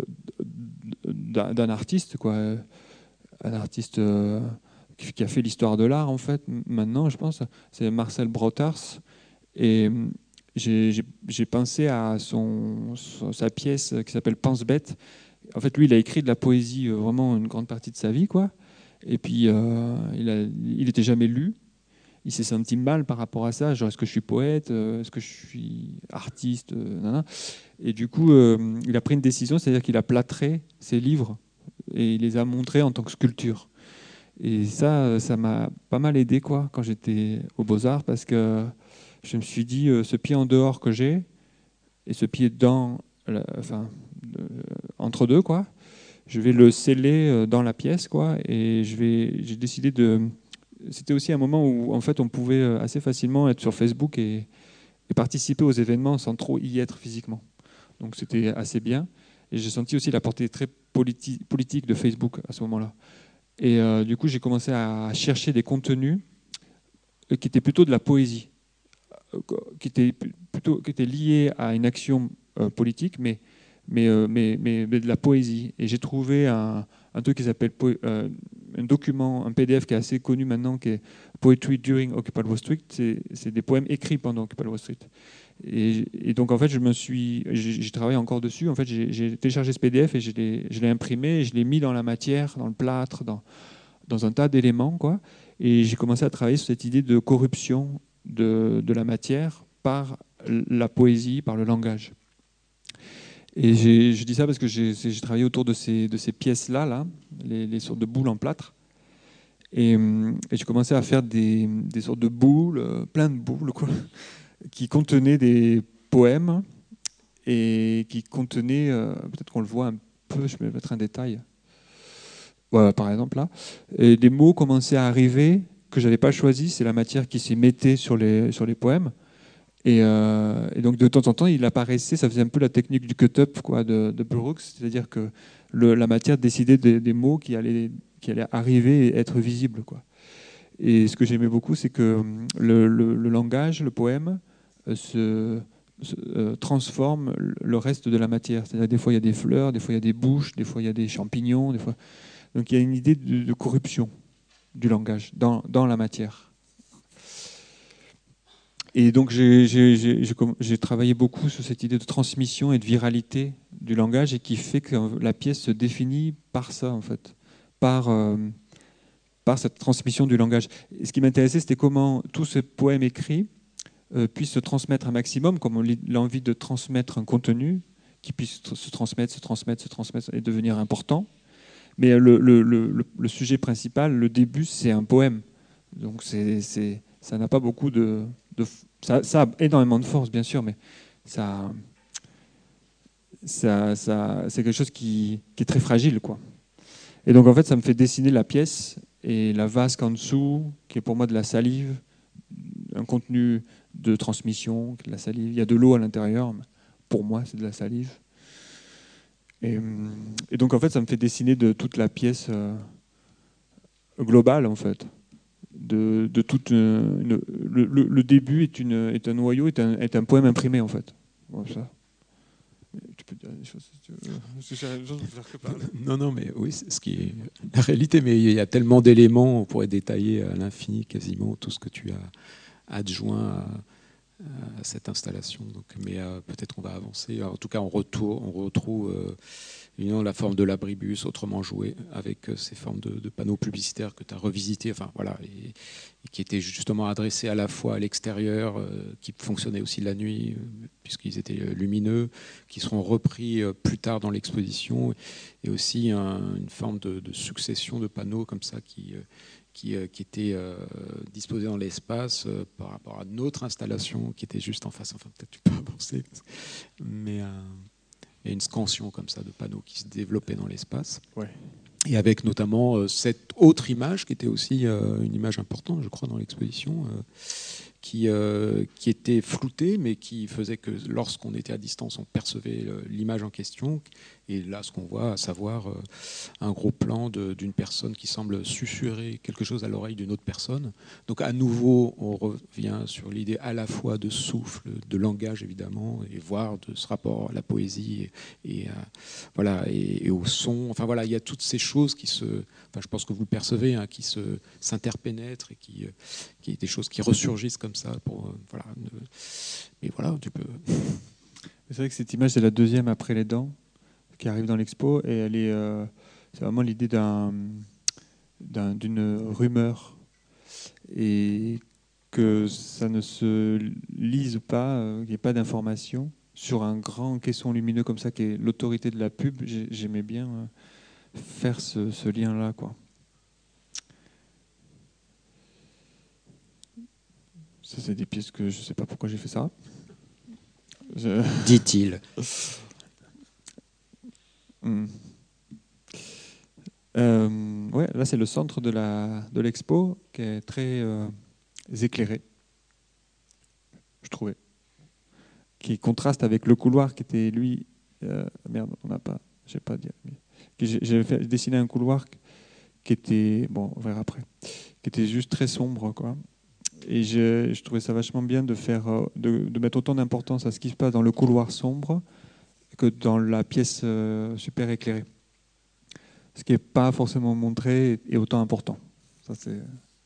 d'un, d'un artiste, quoi. Un artiste qui a fait l'histoire de l'art, en fait, maintenant, je pense. C'est Marcel Brotars. Et j'ai, j'ai, j'ai pensé à son, sa pièce qui s'appelle Pense bête. En fait, lui, il a écrit de la poésie euh, vraiment une grande partie de sa vie, quoi. Et puis, euh, il n'était jamais lu. Il s'est senti mal par rapport à ça. Genre, est-ce que je suis poète? Est-ce que je suis artiste? euh, Et du coup, euh, il a pris une décision, c'est-à-dire qu'il a plâtré ses livres et il les a montrés en tant que sculpture. Et ça, ça m'a pas mal aidé, quoi, quand j'étais aux Beaux-Arts, parce que je me suis dit, euh, ce pied en dehors que j'ai et ce pied dans, la, enfin, de, entre deux, quoi. Je vais le sceller dans la pièce, quoi. Et je vais, j'ai décidé de. C'était aussi un moment où, en fait, on pouvait assez facilement être sur Facebook et, et participer aux événements sans trop y être physiquement. Donc, c'était assez bien. Et j'ai senti aussi la portée très politi- politique de Facebook à ce moment-là. Et euh, du coup, j'ai commencé à chercher des contenus qui étaient plutôt de la poésie, qui étaient plutôt qui étaient liés à une action euh, politique, mais Mais, euh, mais, mais, mais de la poésie. Et j'ai trouvé un, un truc qui s'appelle euh, un document, un P D F qui est assez connu maintenant, qui est Poetry During Occupy Wall Street. C'est, c'est des poèmes écrits pendant Occupy Wall Street. Et, et donc en fait, je me suis, j'ai, j'ai travaillé encore dessus. En fait, j'ai, j'ai téléchargé ce P D F et je l'ai, je l'ai imprimé, et je l'ai mis dans la matière, dans le plâtre, dans, dans un tas d'éléments, quoi. Et j'ai commencé à travailler sur cette idée de corruption de, de la matière par la poésie, par le langage. Et j'ai, je dis ça parce que j'ai, j'ai travaillé autour de ces, de ces pièces-là, là, les, les sortes de boules en plâtre. Et, et j'ai commencé à faire des, des sortes de boules, euh, plein de boules, quoi, qui contenait des poèmes et qui contenait, euh, peut-être qu'on le voit un peu, je vais mettre un détail, voilà, par exemple là, et des mots commençaient à arriver que je n'avais pas choisi, c'est la matière qui s'y mettait sur les, sur les poèmes. Et, euh, et donc de temps en temps, il apparaissait, ça faisait un peu la technique du cut-up quoi, de, de Burroughs, c'est-à-dire que le, la matière décidait des, des mots qui allaient, qui allaient arriver et être visibles, quoi. Et ce que j'aimais beaucoup, c'est que le, le, le langage, le poème, euh, se, se euh, transforme le reste de la matière. C'est-à-dire des fois il y a des fleurs, des fois il y a des bouches, des fois il y a des champignons, des fois. Donc il y a une idée de, de corruption du langage dans, dans la matière. Et donc j'ai, j'ai, j'ai, j'ai travaillé beaucoup sur cette idée de transmission et de viralité du langage et qui fait que la pièce se définit par ça en fait, par, euh, par cette transmission du langage. Et ce qui m'intéressait, c'était comment tout ce poème écrit euh, puisse se transmettre un maximum, comme on a envie de transmettre un contenu qui puisse se transmettre, se transmettre, se transmettre et devenir important. Mais le, le, le, le sujet principal, le début, c'est un poème. Donc c'est, c'est, ça n'a pas beaucoup de... de ça, ça a énormément de force, bien sûr, mais ça, ça, ça, c'est quelque chose qui, qui est très fragile, quoi. Et donc, en fait, ça me fait dessiner la pièce et la vasque en dessous, qui est pour moi de la salive, un contenu de transmission, de la salive. Il y a de l'eau à l'intérieur, mais pour moi, c'est de la salive. Et, et donc, en fait, ça me fait dessiner de toute la pièce euh, globale, en fait. De, de toute une, une, le, le, le début est, une, est un noyau, est un, est un poème imprimé en fait. Bon, ça. Tu peux dire des choses si tu veux. Je ne faire que parler. Non, non, mais oui, c'est ce qui est la réalité. Mais il y a tellement d'éléments, on pourrait détailler à l'infini quasiment tout ce que tu as adjoint à, à cette installation. Donc, mais euh, peut-être qu'on va avancer. En tout cas, on, retour, on retrouve euh, la forme de l'abribus autrement jouée avec euh, ces formes de, de panneaux publicitaires que tu as revisité, enfin voilà, et, et qui étaient justement adressés à la fois à l'extérieur, euh, qui fonctionnaient aussi la nuit euh, puisqu'ils étaient euh, lumineux, qui seront repris euh, plus tard dans l'exposition, et aussi un, une forme de, de succession de panneaux comme ça qui euh, Qui, euh, qui était euh, disposé dans l'espace euh, par rapport à notre installation qui était juste en face. Enfin, peut-être tu peux avancer. Mais euh, il y a une scansion comme ça de panneaux qui se développaient dans l'espace. Ouais. Et avec notamment euh, cette autre image qui était aussi euh, une image importante, je crois, dans l'exposition, euh, qui, euh, qui était floutée, mais qui faisait que lorsqu'on était à distance, on percevait euh, l'image en question. Et là, ce qu'on voit, à savoir euh, un gros plan de, d'une personne qui semble susurrer quelque chose à l'oreille d'une autre personne. Donc à nouveau, on revient sur l'idée à la fois de souffle, de langage évidemment, et voire de ce rapport à la poésie et, et, euh, voilà, et, et au son. Enfin voilà, il y a toutes ces choses qui se... Enfin, je pense que vous le percevez, hein, qui se, s'interpénètrent et qui, qui des choses qui ressurgissent comme ça. Pour, euh, voilà, ne... Mais voilà, tu peux... C'est vrai que cette image, c'est la deuxième après les dents qui arrive dans l'expo, et elle est, euh, c'est vraiment l'idée d'un, d'un, d'une rumeur, et que ça ne se lise pas, euh, qu'il n'y ait pas d'information sur un grand caisson lumineux comme ça qui est l'autorité de la pub. J'aimais bien euh, faire ce, ce lien-là, quoi. Ça, c'est des pièces que je ne sais pas pourquoi j'ai fait ça. Je... Dit-il. Mmh. Euh, ouais, là, c'est le centre de, la, de l'expo qui est très euh, éclairé, je trouvais. Qui contraste avec le couloir qui était, lui... Euh, merde, on n'a pas... J'ai pas dit... J'ai fait dessiner un couloir qui était... Bon, on verra après. Qui était juste très sombre, quoi. Et je, je trouvais ça vachement bien de, faire, de, de mettre autant d'importance à ce qui se passe dans le couloir sombre que dans la pièce euh, super éclairée. Ce qui n'est pas forcément montré est autant important. Ça, c'est...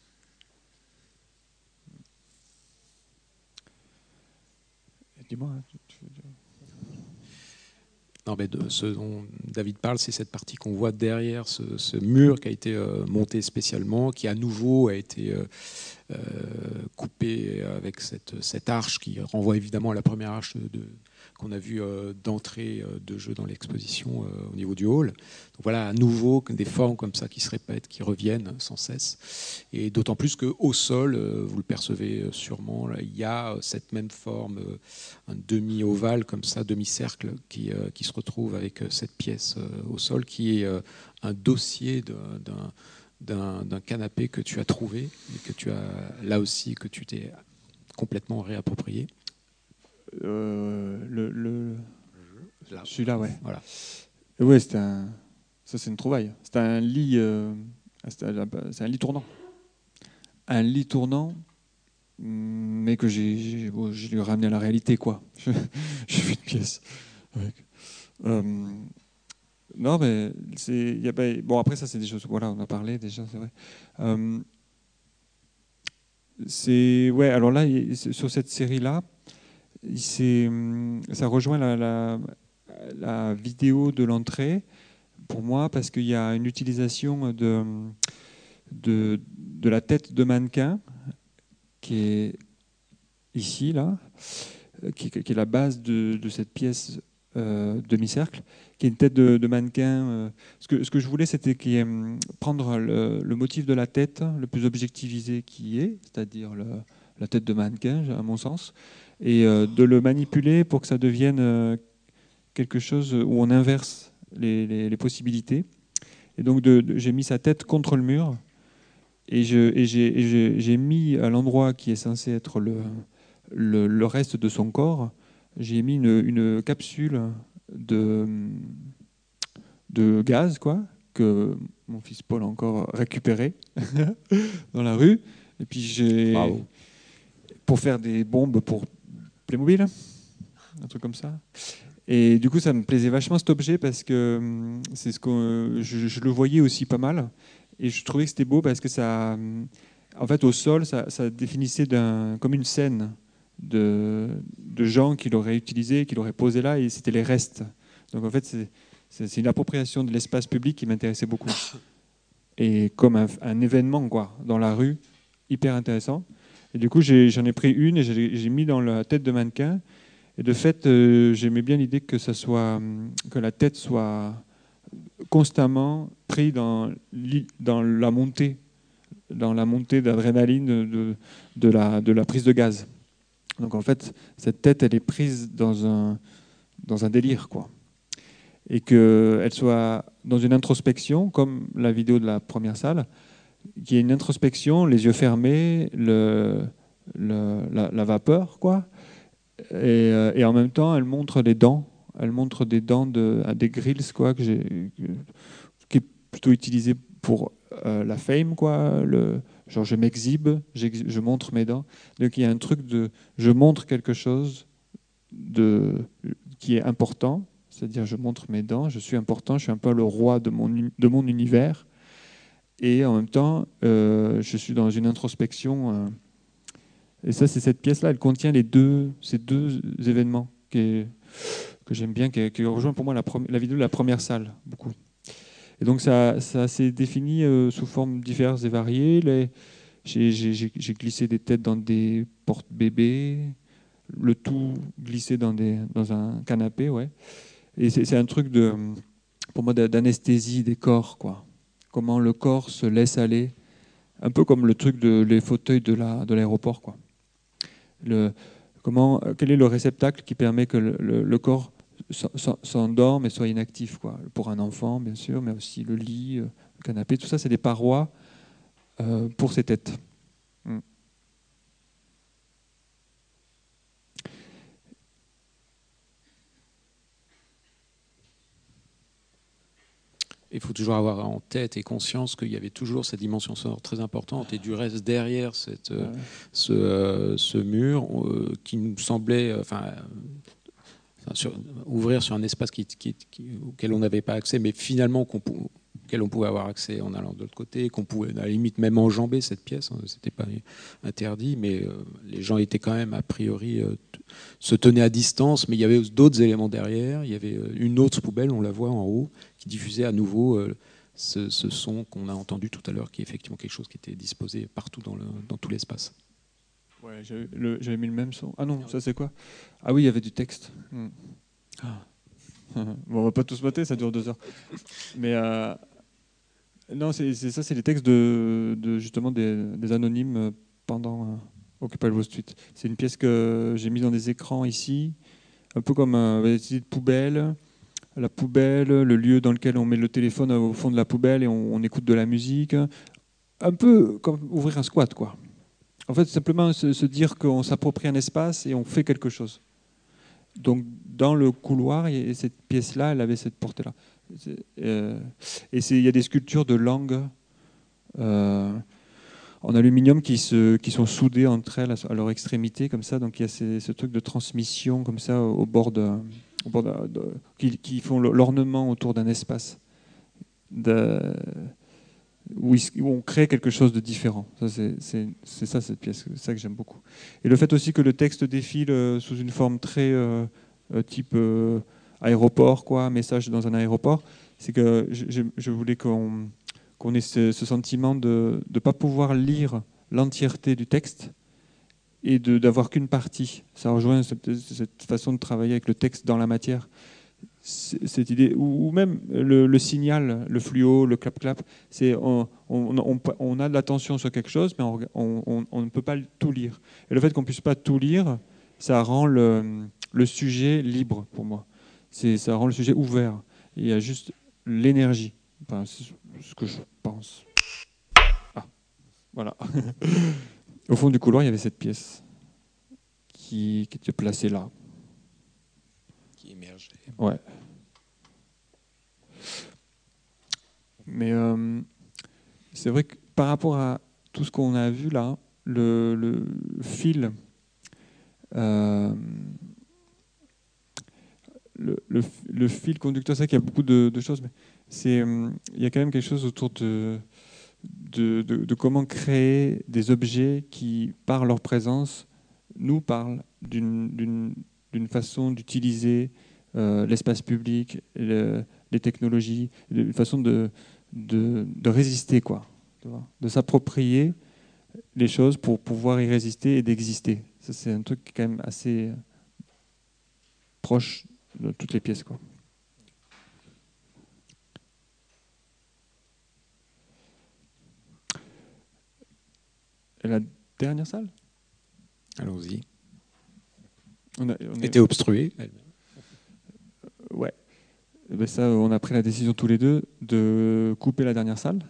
Dis-moi. Tu, tu veux dire... Non, mais de ce dont David parle, c'est cette partie qu'on voit derrière ce, ce mur qui a été euh, monté spécialement, qui à nouveau a été euh, euh, coupé avec cette, cette arche qui renvoie évidemment à la première arche de, de, qu'on a vue euh, d'entrée de jeu dans l'exposition euh, au niveau du hall. Donc voilà, à nouveau, des formes comme ça qui se répètent, qui reviennent sans cesse. Et d'autant plus qu'au sol, euh, vous le percevez sûrement, là, il y a cette même forme, euh, un demi-ovale comme ça, demi-cercle, qui, euh, qui se retrouve avec cette pièce euh, au sol, qui est euh, un dossier de, d'un D'un, d'un canapé que tu as trouvé et que tu as là aussi que tu t'es complètement réapproprié. Euh, le, le... Là. Celui-là, ouais. Voilà. Ouais, c'est un. Ça, c'est une trouvaille. C'est un lit. Euh... C'est un lit tournant. Un lit tournant, mais que j'ai, j'ai, bon, je l'ai ramené à la réalité, quoi. J'ai fait une pièce avec. Euh... Non, mais c'est. Y a, bah, bon, après, ça, c'est des choses. Voilà, on a parlé déjà, c'est vrai. Euh... C'est. Ouais, alors là, sur cette série-là, c'est, ça rejoint la, la, la vidéo de l'entrée, pour moi, parce qu'il y a une utilisation de, de, de la tête de mannequin, qui est ici, là, qui, qui est la base de, de cette pièce euh, demi-cercle, qui est une tête de, de mannequin. Euh, ce, que, ce que je voulais, c'était qu'il y ait, prendre le, le motif de la tête le plus objectivisé qui est, c'est-à-dire le, la tête de mannequin, à mon sens, et euh, de le manipuler pour que ça devienne euh, quelque chose où on inverse les, les, les possibilités. Et donc, de, de, j'ai mis sa tête contre le mur, et, je, et j'ai, et j'ai, j'ai mis à l'endroit qui est censé être le, le, le reste de son corps, j'ai mis une, une capsule de, de gaz, quoi, que mon fils Paul a encore récupéré dans la rue. Et puis j'ai, Bravo. Pour faire des bombes pour Playmobil, un truc comme ça. Et du coup, ça me plaisait vachement cet objet parce que c'est ce que je, je le voyais aussi pas mal. Et je trouvais que c'était beau parce que ça, en fait, au sol, ça, ça définissait d'un, comme une scène de, de gens qui l'auraient utilisé, qui l'auraient posé là, et c'était les restes. Donc en fait, c'est, c'est, c'est une appropriation de l'espace public qui m'intéressait beaucoup. Et comme un, un événement, quoi, dans la rue, hyper intéressant. Et du coup, j'ai, j'en ai pris une et j'ai, j'ai mis dans la tête de mannequin. Et de fait, euh, j'aimais bien l'idée que ça soit, que la tête soit constamment prise dans, dans la montée, dans la montée d'adrénaline de, de, la, de la prise de gaz. Donc en fait, cette tête, elle est prise dans un, dans un délire, quoi. Et qu'elle soit dans une introspection, comme la vidéo de la première salle, qui est une introspection, les yeux fermés, le, le, la, la vapeur, quoi. Et, et en même temps, elle montre les dents. Elle montre des dents, de, des grills, quoi, que j'ai, qui est plutôt utilisé pour euh, la fame, quoi. Le, genre, je m'exhibe, je montre mes dents. Donc, il y a un truc de, je montre quelque chose de, qui est important. C'est-à-dire, je montre mes dents, je suis important, je suis un peu le roi de mon, de mon univers. Et en même temps, euh, je suis dans une introspection. Euh, et ça, c'est cette pièce-là, elle contient les deux, ces deux événements qui est, que j'aime bien, qui, qui rejoint pour moi la, première, la vidéo de la première salle, beaucoup. Et donc, ça, ça s'est défini euh, sous formes diverses et variées. Les, j'ai, j'ai, j'ai glissé des têtes dans des porte-bébés, le tout glissé dans, des, dans un canapé, ouais. Et c'est, c'est un truc de, pour moi, d'anesthésie des corps, quoi. Comment le corps se laisse aller, un peu comme le truc de les fauteuils de, la, de l'aéroport, quoi. Le, comment, quel est le réceptacle qui permet que le, le, le corps s'endorme et soit inactif, quoi. Pour un enfant, bien sûr, mais aussi le lit, le canapé, tout ça, c'est des parois euh, pour ces têtes. Mm. Il faut toujours avoir en tête et conscience qu'il y avait toujours cette dimension sonore très importante, et du reste derrière cette, ouais. ce, euh, ce mur euh, qui nous semblait, enfin, enfin sur, ouvrir sur un espace qui, qui, qui, auquel on n'avait pas accès, mais finalement qu'on, auquel on pouvait avoir accès en allant de l'autre côté, qu'on pouvait à la limite même enjamber cette pièce, hein, c'était pas interdit, mais euh, les gens étaient quand même a priori euh, se tenaient à distance, mais il y avait d'autres éléments derrière. Il y avait une autre poubelle, on la voit en haut, qui diffusait à nouveau euh, ce, ce son qu'on a entendu tout à l'heure, qui est effectivement quelque chose qui était disposé partout dans, le, dans tout l'espace. Ouais, j'avais mis le même son. Ah non, ça c'est quoi? Ah oui, il y avait du texte. Hmm. Ah. Bon, on va pas tous mater, ça dure deux heures. Mais euh, non, c'est ça, c'est les textes de, de justement des, des anonymes pendant euh, Occupy Wall Street. C'est une pièce que j'ai mise dans des écrans ici, un peu comme un de poubelle. La poubelle, le lieu dans lequel on met le téléphone au fond de la poubelle et on, on écoute de la musique. Un peu comme ouvrir un squat, quoi. En fait, simplement se, se dire qu'on s'approprie un espace et on fait quelque chose. Donc, dans le couloir, et cette pièce-là, elle avait cette portée-là. Euh, et il y a des sculptures de langue euh, en aluminium qui, se, qui sont soudées entre elles à leur extrémité, comme ça. Donc, il y a ces, ce truc de transmission, comme ça, au bord de, au bord de, de, qui, qui font l'ornement autour d'un espace. De, Où, on crée quelque chose de différent. C'est ça cette pièce, c'est ça que j'aime beaucoup. Et le fait aussi que le texte défile euh, sous une forme très euh, type euh, aéroport, quoi, message dans un aéroport, c'est que je, je voulais qu'on qu'on ait ce, ce sentiment de ne pas pouvoir lire l'entièreté du texte et d'avoir qu'une partie. Ça rejoint cette, cette façon de travailler avec le texte dans la matière. Cette idée, ou même le, le signal, le fluo, le clap-clap, c'est on, on, on, on a de l'attention sur quelque chose, mais on, on, on ne peut pas tout lire. Et le fait qu'on ne puisse pas tout lire, ça rend le, le sujet libre pour moi. Ça rend le sujet ouvert. Il y a juste l'énergie. Enfin, c'est ce que je pense. Ah, voilà. Au fond du couloir, il y avait cette pièce qui, qui était placée là. Qui émergeait. Ouais. Mais euh, c'est vrai que par rapport à tout ce qu'on a vu là, le, le fil, euh, le, le, le fil conducteur, c'est vrai qu'il y a beaucoup de, de choses, mais c'est, il y a quand même quelque chose autour de, de, de, de comment créer des objets qui, par leur présence, nous parlent d'une, d'une, d'une façon d'utiliser euh, l'espace public, le, les technologies, une façon de De, de résister, quoi, de s'approprier les choses pour pouvoir y résister et d'exister. Ça, c'est un truc quand même assez proche de toutes les pièces, quoi. Et la dernière salle ? Allons-y. On a, on était obstruée. Ouais. Et ben ça, on a pris la décision tous les deux de couper la dernière salle.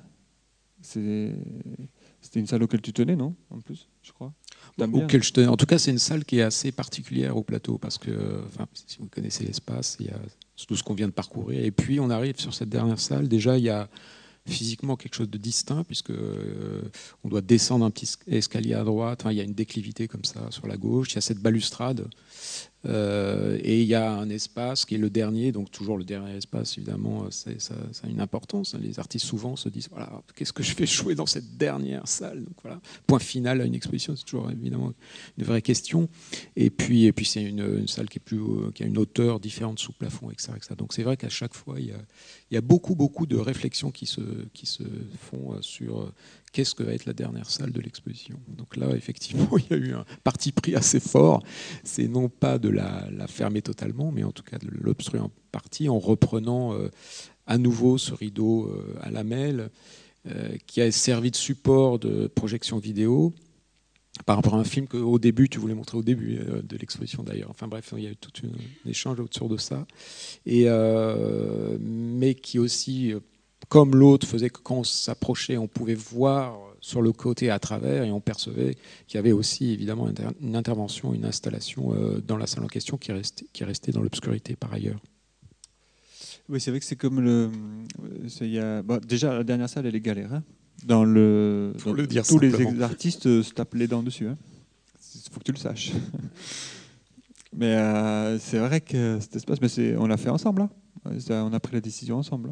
C'était une salle auquel tu tenais, non? En plus, je crois. Auquel je tenais. En tout cas, c'est une salle qui est assez particulière au plateau parce que, enfin, si vous connaissez l'espace, il y a tout ce qu'on vient de parcourir. Et puis, on arrive sur cette dernière salle. Déjà, il y a physiquement quelque chose de distinct puisque euh, on doit descendre un petit escalier à droite. Enfin, il y a une déclivité comme ça sur la gauche. Il y a cette balustrade. Euh, et il y a un espace qui est le dernier, donc toujours le dernier espace, évidemment, ça, ça a une importance. Les artistes souvent se disent, voilà, qu'est-ce que je fais jouer dans cette dernière salle? Donc voilà, point final à une exposition, c'est toujours évidemment une vraie question. Et puis, et puis c'est une, une salle qui, est plus, qui a une hauteur différente sous plafond, et cetera, et cetera. Donc c'est vrai qu'à chaque fois, il y a, il y a beaucoup, beaucoup de réflexions qui se, qui se font sur qu'est-ce que va être la dernière salle de l'exposition. Donc là, effectivement, il y a eu un parti pris assez fort. C'est non pas de la, la fermer totalement, mais en tout cas de l'obstruer en partie, en reprenant euh, à nouveau ce rideau euh, à lamelles euh, qui a servi de support de projection vidéo par rapport à un film qu'au début, tu voulais montrer au début euh, de l'exposition d'ailleurs. Enfin bref, il y a eu tout un échange autour de ça. Et, euh, mais qui aussi... comme l'autre faisait que quand on s'approchait, on pouvait voir sur le côté à travers et on percevait qu'il y avait aussi évidemment une intervention, une installation dans la salle en question qui restait, qui restait dans l'obscurité par ailleurs. Oui, c'est vrai que c'est comme le... Y a, bon, déjà, la dernière salle, elle est galère. Hein, dans le, Faut dans, le dire tous simplement. Les artistes se tapent les dents dessus. Il hein. faut que tu le saches. Mais euh, c'est vrai que cet espace, mais on l'a fait ensemble. Hein. On a pris la décision ensemble. Hein.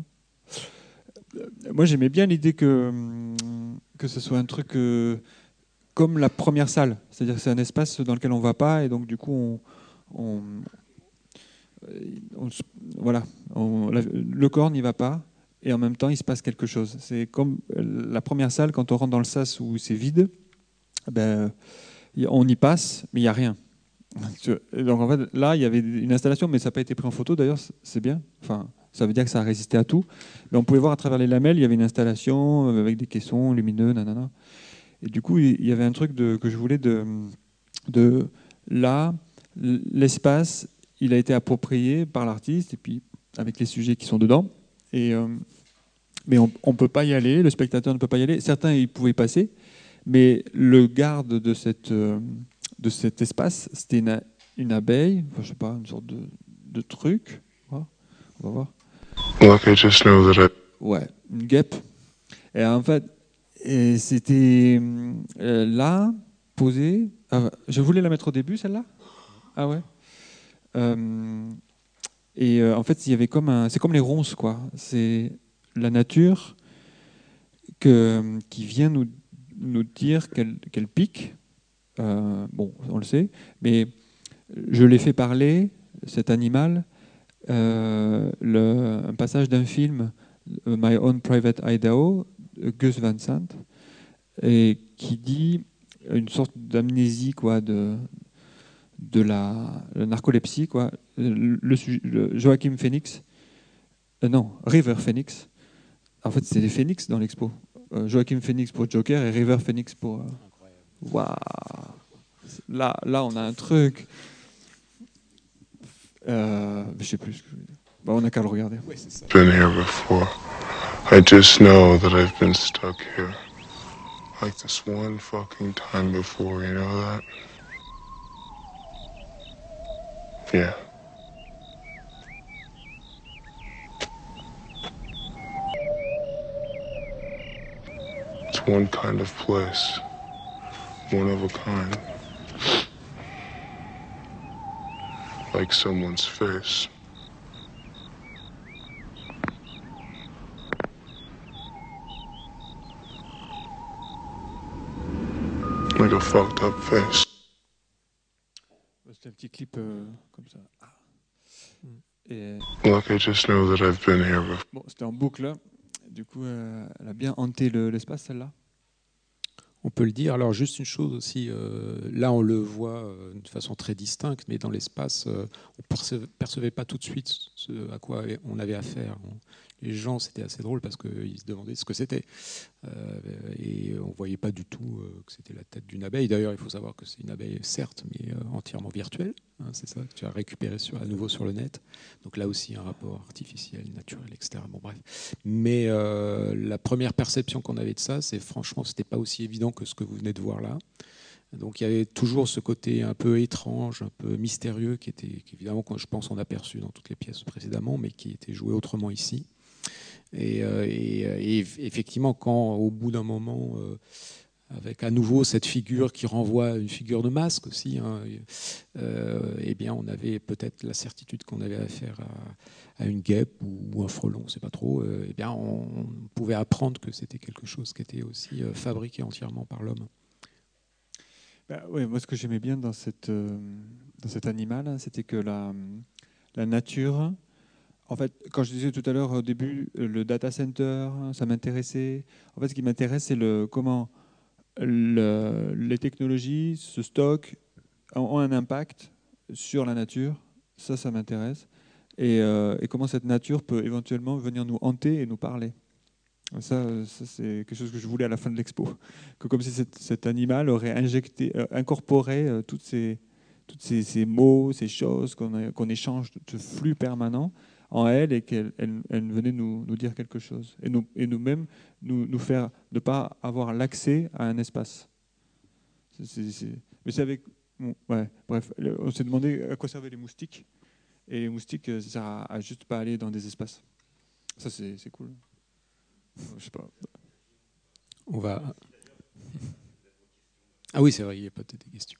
Moi, j'aimais bien l'idée que, que ce soit un truc euh, comme la première salle. C'est-à-dire que c'est un espace dans lequel on ne va pas et donc du coup, on, on, on, voilà, on, la, le corps n'y va pas. et en même temps il se passe quelque chose. C'est comme la première salle, quand on rentre dans le sas où c'est vide, ben, on y passe, mais il n'y a rien. Donc en fait, là, il y avait une installation, mais ça n'a pas été pris en photo d'ailleurs, c'est bien. Enfin, ça veut dire que ça a résisté à tout. Mais on pouvait voir à travers les lamelles, il y avait une installation avec des caissons lumineux, nanana. Et du coup, il y avait un truc de, que je voulais de, de là, l'espace, il a été approprié par l'artiste, et puis avec les sujets qui sont dedans. Et, euh, mais on ne peut pas y aller, le spectateur ne peut pas y aller. Certains, ils pouvaient passer, mais le garde de cette... Euh, de cet espace, c'était une, une abeille, enfin, je sais pas, une sorte de, de truc. On va voir. Like I just know that I... Ouais, une guêpe. Et en fait, et c'était euh, là, posée. Ah, je voulais la mettre au début, celle-là. Ah ouais. Euh, et euh, en fait, il y avait comme un, c'est comme les ronces, quoi. C'est la nature que, qui vient nous, nous dire qu'elle, qu'elle pique. Euh, bon, on le sait, mais je l'ai fait parler, cet animal, euh, le, un passage d'un film, My Own Private Idaho, de Gus Van Sant, et qui dit une sorte d'amnésie, quoi, de, de la, la narcolepsie, quoi. Le, le Joachim Phoenix, euh, non, River Phoenix. En fait, c'est des Phoenix dans l'expo. Euh, Joachim Phoenix pour Joker et River Phoenix pour. Waouh! Wow. Là, là, on a un truc. Euh, je sais plus ce que je veux dire. Bah, on n'a qu'à le regarder. Ouais, c'est ça. Been here before. I just know that I've been stuck here. Like this one fucking time before, you know that? Yeah. It's one kind of place. One of a kind. Like someone's face. Like a fucked up face. C'était un petit clip euh, comme ça. Et, Like I just know that I've been here before. bon, c'était en boucle. Du coup, euh, elle a bien hanté le, l'espace, celle-là. On peut le dire. Alors juste une chose aussi, euh, là on le voit euh, de façon très distincte, mais dans l'espace, euh, on ne percevait, percevait pas tout de suite ce à quoi on avait affaire. On, les gens, c'était assez drôle parce qu'ils se demandaient ce que c'était. Euh, et on ne voyait pas du tout euh, que c'était la tête d'une abeille. D'ailleurs, il faut savoir que c'est une abeille, certes, mais euh, entièrement virtuelle. Hein, c'est ça que tu as récupéré sur, à nouveau sur le net. Donc là aussi, un rapport artificiel, naturel, et cetera. Bon, bref. Mais euh, la première perception qu'on avait de ça, c'est franchement, ce n'était pas aussi évident que ce que vous venez de voir là. Donc il y avait toujours ce côté un peu étrange, un peu mystérieux, qui était, qui, évidemment, je pense, on a perçu dans toutes les pièces précédemment, mais qui était joué autrement ici. Et, euh, et, et effectivement, quand au bout d'un moment, euh, avec à nouveau cette figure qui renvoie à une figure de masque aussi, hein, euh, eh bien, on avait peut-être la certitude qu'on avait affaire à, à une guêpe ou, ou un frelon, on ne sait pas trop. Euh, eh bien, on, on pouvait apprendre que c'était quelque chose qui était aussi euh, fabriqué entièrement par l'homme. Bah, ouais, moi, ce que j'aimais bien dans, cette, euh, dans cet animal, hein, c'était que la, la nature. En fait, quand je disais tout à l'heure au début, le data center, ça m'intéressait. En fait, ce qui m'intéresse, c'est le, comment le, les technologies se stockent, ont un impact sur la nature. Ça, ça m'intéresse. Et, euh, et comment cette nature peut éventuellement venir nous hanter et nous parler. Ça, ça c'est quelque chose que je voulais à la fin de l'expo. Que comme si cet, cet animal aurait injecté, euh, incorporé euh, toutes ces, toutes ces, ces mots, ces choses qu'on, qu'on échange, ce flux permanent en elle, et qu'elle elle, elle venait nous, nous dire quelque chose. Et, nous, et nous-mêmes, nous, nous faire ne pas avoir l'accès à un espace. C'est, c'est, c'est... Mais c'est avec... Bon, ouais, bref, on s'est demandé à quoi servaient les moustiques. Et les moustiques, ça sert à, à juste pas aller dans des espaces. Ça, c'est, c'est cool. Je sais pas. On va... Ah oui, c'est vrai, il n'y a pas peut-être des questions.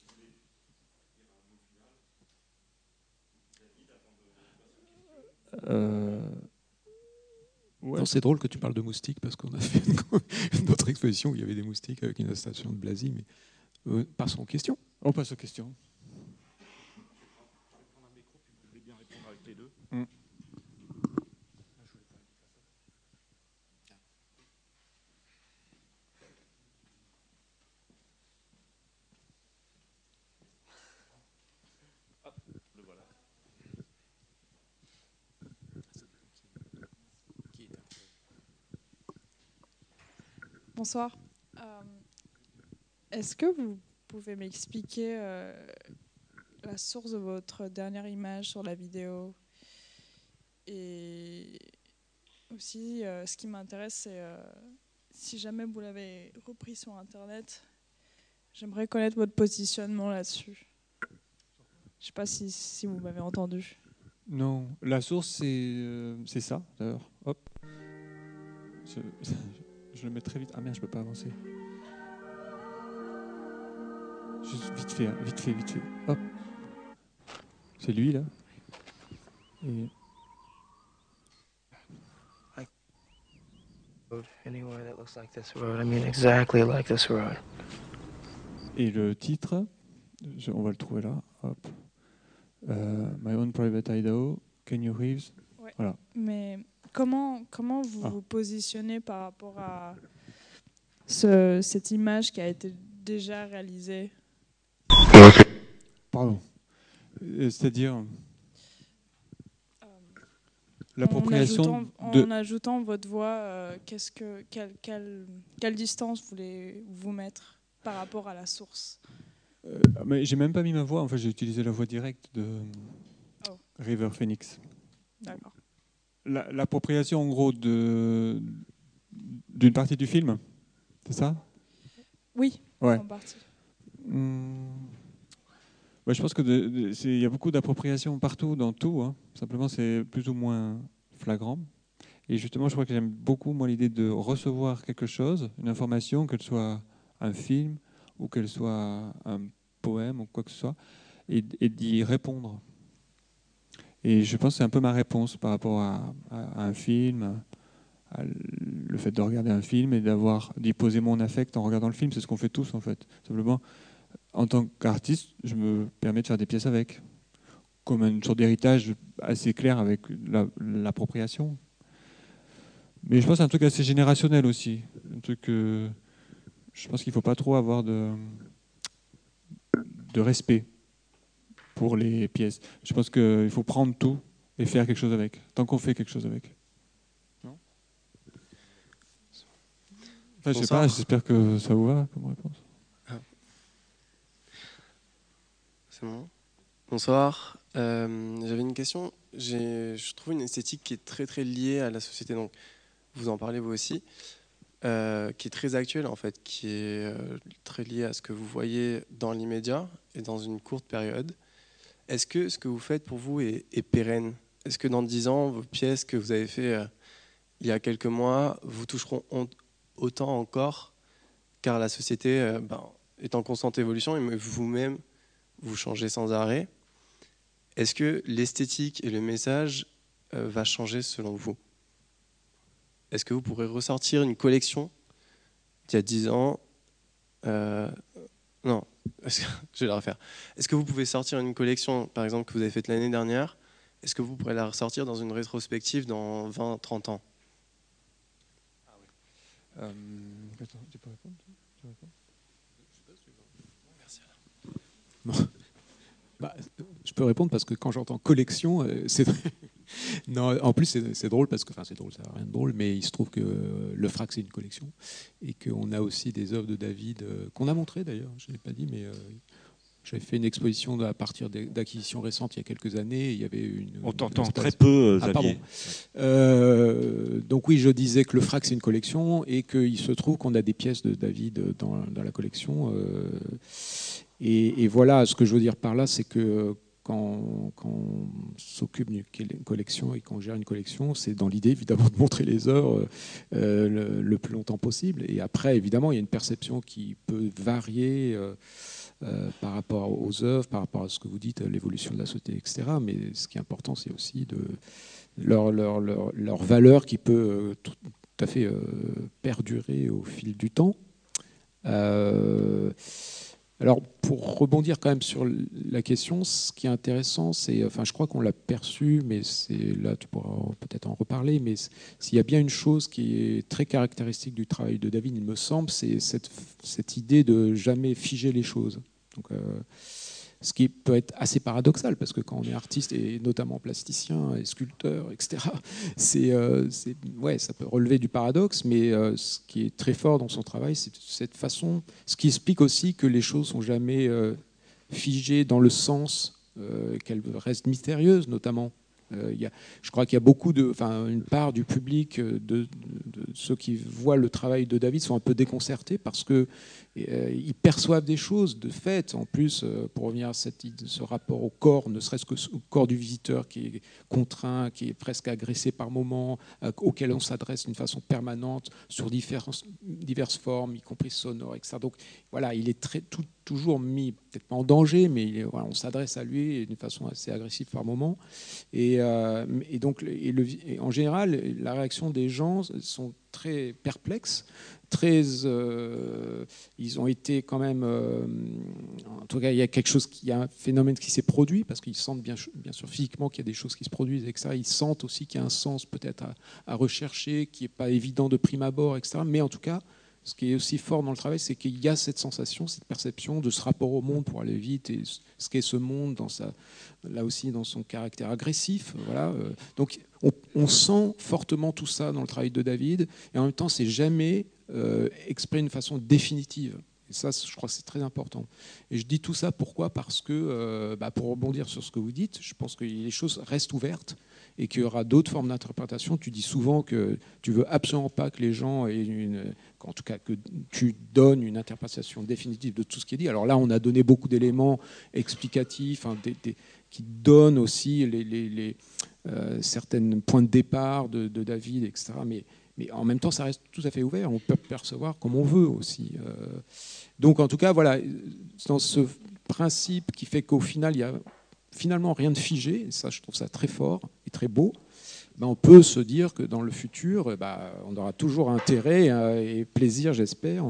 Euh... Ouais. Non, c'est drôle que tu parles de moustiques parce qu'on a fait une, une autre exposition où il y avait des moustiques avec une station de Blazy, mais euh, passons aux questions. On passe aux questions. Je vais bien répondre avec les deux. Mm. bonsoir. Euh, Est-ce que vous pouvez m'expliquer euh, la source de votre dernière image sur la vidéo? Et aussi, euh, ce qui m'intéresse, c'est euh, si jamais vous l'avez repris sur Internet, j'aimerais connaître votre positionnement là-dessus. Je ne sais pas si, si vous m'avez entendu. Non, la source, c'est euh, c'est ça, d'ailleurs. Hop. Je, je le mets très vite. Ah merde, je peux pas avancer. Juste vite fait, hein, vite fait, vite fait. Hop. C'est lui, là. Et... Anywhere that looks like this road. I mean exactly like this road. Et le titre, je, on va le trouver là. Hop. Euh, My Own Private Idaho, Kenny Reeves. Ouais. Voilà. Mais comment, comment vous Ah. vous positionnez par rapport à ce, cette image qui a été déjà réalisée? Pardon. Euh, C'est-à-dire Euh, l'appropriation en ajoutant, de... en ajoutant votre voix, euh, qu'est-ce que, quelle, quelle, quelle distance voulez-vous mettre par rapport à la source? Euh, mais j'ai même pas mis ma voix. En fait, j'ai utilisé la voix directe de Oh. River Phoenix. D'accord. La- L'appropriation, en gros, de d'une partie du film, c'est ça? Oui, Ouais. en partie. Hum. Bah, je pense que de- de- c'est- il y a beaucoup d'appropriation partout, dans tout. Hein. Simplement, c'est plus ou moins flagrant. Et justement, je crois que j'aime beaucoup, moi, l'idée de recevoir quelque chose, une information, qu'elle soit un film ou qu'elle soit un poème ou quoi que ce soit, et, et d'y répondre. Et je pense que c'est un peu ma réponse par rapport à, à- à un film, à le fait de regarder un film et d'avoir d'y poser mon affect en regardant le film. C'est ce qu'on fait tous, en fait. Simplement, en tant qu'artiste, je me permets de faire des pièces avec, comme une sorte d'héritage assez clair avec la- l'appropriation. Mais je pense que c'est un truc assez générationnel aussi. Un truc que je pense qu'il ne faut pas trop avoir de, de respect pour les pièces. Je pense qu'il faut prendre tout et faire quelque chose avec, tant qu'on fait quelque chose avec. Non enfin, je sais pas, j'espère que ça vous va comme réponse. Ah. C'est bon. Bonsoir. Euh, J'avais une question. J'ai- Je trouve une esthétique qui est très très liée à la société. Donc, vous en parlez vous aussi, euh, qui est très actuelle en fait, qui est euh, très liée à ce que vous voyez dans l'immédiat et dans une courte période. Est-ce que ce que vous faites pour vous est, est pérenne? Est-ce que dans dix ans, vos pièces que vous avez faites euh, il y a quelques mois vous toucheront on- autant encore, car la société euh, ben, est en constante évolution et vous-même vous changez sans arrêt? Est-ce que l'esthétique et le message euh, va changer selon vous? Est-ce que vous pourrez ressortir une collection d'il y a dix ans euh, Non, je vais la refaire. Est-ce que vous pouvez sortir une collection, par exemple, que vous avez faite l'année dernière? Est-ce que vous pourrez la ressortir dans une rétrospective dans vingt, trente ans? Ah oui. Euh, attends, tu peux répondre, tu réponds? Merci. Non. Bah, je peux répondre parce que quand j'entends collection, euh, c'est non. En plus, c'est c'est drôle parce que, enfin, c'est drôle, ça n'a rien de drôle, mais il se trouve que euh, le Frac c'est une collection et qu'on a aussi des œuvres de David euh, qu'on a montrées d'ailleurs. Je l'ai pas dit, mais euh, j'avais fait une exposition à partir d'acquisitions récentes il y a quelques années. Il y avait une. On une t'entend espèce... très peu, ah, Xavier. pardon. Euh, donc oui, je disais que le Frac c'est une collection et qu'il se trouve qu'on a des pièces de David dans, dans la collection. Euh, Et, et voilà, ce que je veux dire par là, c'est que quand, quand on s'occupe d'une collection et qu'on gère une collection, c'est dans l'idée évidemment de montrer les œuvres euh, le, le plus longtemps possible. Et après, évidemment, il y a une perception qui peut varier euh, euh, par rapport aux œuvres, par rapport à ce que vous dites, l'évolution de la société, et cetera. Mais ce qui est important, c'est aussi de leur, leur, leur, leur valeur qui peut euh, tout, tout à fait euh, perdurer au fil du temps. Euh, Alors, pour rebondir quand même sur la question, ce qui est intéressant, c'est, enfin, je crois qu'on l'a perçu, mais c'est là, tu pourras peut-être en reparler, mais s'il y a bien une chose qui est très caractéristique du travail de David, il me semble, c'est cette, cette idée de jamais figer les choses. Donc, euh, Ce qui peut être assez paradoxal, parce que quand on est artiste, et notamment plasticien et sculpteur, et cetera, c'est, euh, c'est, ouais, ça peut relever du paradoxe, mais euh, ce qui est très fort dans son travail, c'est cette façon, ce qui explique aussi que les choses sont jamais euh, figées dans le sens, euh, qu'elles restent mystérieuses, notamment. Euh, il y a, je crois qu'il y a beaucoup de, enfin, une part du public, de, de, de ceux qui voient le travail de David sont un peu déconcertés parce que euh, ils perçoivent des choses de fait. En plus, euh, pour revenir à cette, ce rapport au corps, ne serait-ce que au corps du visiteur qui est contraint, qui est presque agressé par moments, euh, auquel on s'adresse d'une façon permanente sur différentes, diverses formes, y compris sonores, et cetera. Donc voilà, il est très, tout, toujours mis, peut-être pas en danger, mais il est, voilà, on s'adresse à lui d'une façon assez agressive par moments. Et, euh, et donc, et le, et en général, la réaction des gens sont très perplexes, très, euh, ils ont été quand même, euh, en tout cas, il y a quelque chose, il y a un phénomène qui s'est produit parce qu'ils sentent bien, bien sûr physiquement qu'il y a des choses qui se produisent, et cetera. Ils sentent aussi qu'il y a un sens peut-être à, à rechercher, qui n'est pas évident de prime abord, et cetera. Mais en tout cas, ce qui est aussi fort dans le travail, c'est qu'il y a cette sensation, cette perception de ce rapport au monde pour aller vite et ce qu'est ce monde, dans sa, là aussi dans son caractère agressif. Voilà. Donc on, on sent fortement tout ça dans le travail de David, et en même temps, c'est jamais euh, exprimé d'une façon définitive. Et ça, je crois que c'est très important. Et je dis tout ça pourquoi ? Parce que, euh, bah pour rebondir sur ce que vous dites, je pense que les choses restent ouvertes et qu'il y aura d'autres formes d'interprétation. Tu dis souvent que tu veux absolument pas que les gens aient une, en tout cas que tu donnes une interprétation définitive de tout ce qui est dit. Alors là, on a donné beaucoup d'éléments explicatifs, hein, des, des, qui donnent aussi les, les, les euh, certains points de départ de, de David, et cetera. Mais Mais en même temps, ça reste tout à fait ouvert. On peut percevoir comme on veut aussi. Donc, en tout cas, voilà, dans ce principe qui fait qu'au final, il n'y a finalement rien de figé, et ça, je trouve ça très fort et très beau, ben, on peut se dire que dans le futur, ben, on aura toujours intérêt et plaisir, j'espère,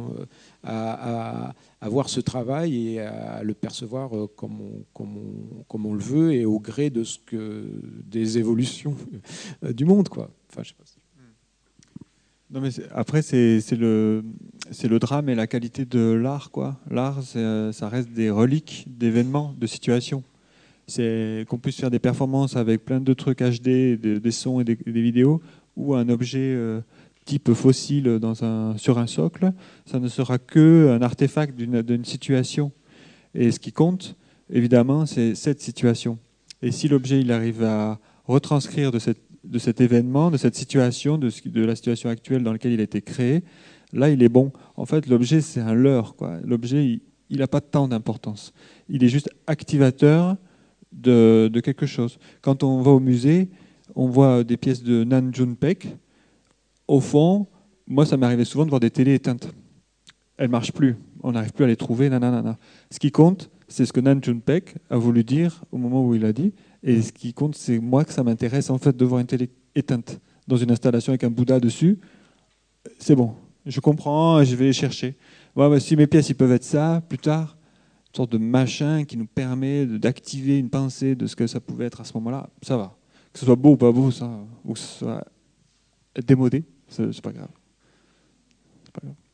à, à, à voir ce travail et à le percevoir comme on, comme on, comme on le veut et au gré de ce que, des évolutions du monde, quoi. Enfin, je sais pas. Non, mais c'est, après, c'est, c'est, le, c'est le drame et la qualité de l'art, quoi. L'art, c'est, ça reste des reliques d'événements, de situations. C'est qu'on puisse faire des performances avec plein de trucs H D, des, des sons et des, des vidéos, ou un objet euh, type fossile dans un, sur un socle, ça ne sera qu'un artefact d'une, d'une situation. Et ce qui compte, évidemment, c'est cette situation. Et si l'objet il arrive à retranscrire de cette de cet événement, de cette situation, de, ce, de la situation actuelle dans laquelle il a été créé, là, il est bon. En fait, l'objet, c'est un leurre, quoi. L'objet, il n'a pas tant d'importance. Il est juste activateur de, de quelque chose. Quand on va au musée, on voit des pièces de Nan Junpei. Au fond, moi, ça m'arrivait souvent de voir des télés éteintes. Elles ne marchent plus. On n'arrive plus à les trouver. Nanana. Ce qui compte, c'est ce que Nan Junpei a voulu dire au moment où il a dit. Et ce qui compte, c'est moi que ça m'intéresse en fait de voir une télé éteinte dans une installation avec un Bouddha dessus. C'est bon, je comprends, je vais chercher. Ouais, bah, si mes pièces ils peuvent être ça, plus tard, une sorte de machin qui nous permet d'activer une pensée de ce que ça pouvait être à ce moment-là, ça va. Que ce soit beau ou pas beau, ça, ou que ce soit démodé, c'est, c'est pas grave. C'est pas grave.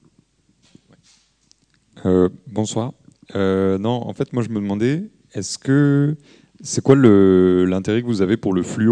Euh, bonsoir. Euh, non, en fait, moi je me demandais, est-ce que c'est quoi le, l'intérêt que vous avez pour le fluo ?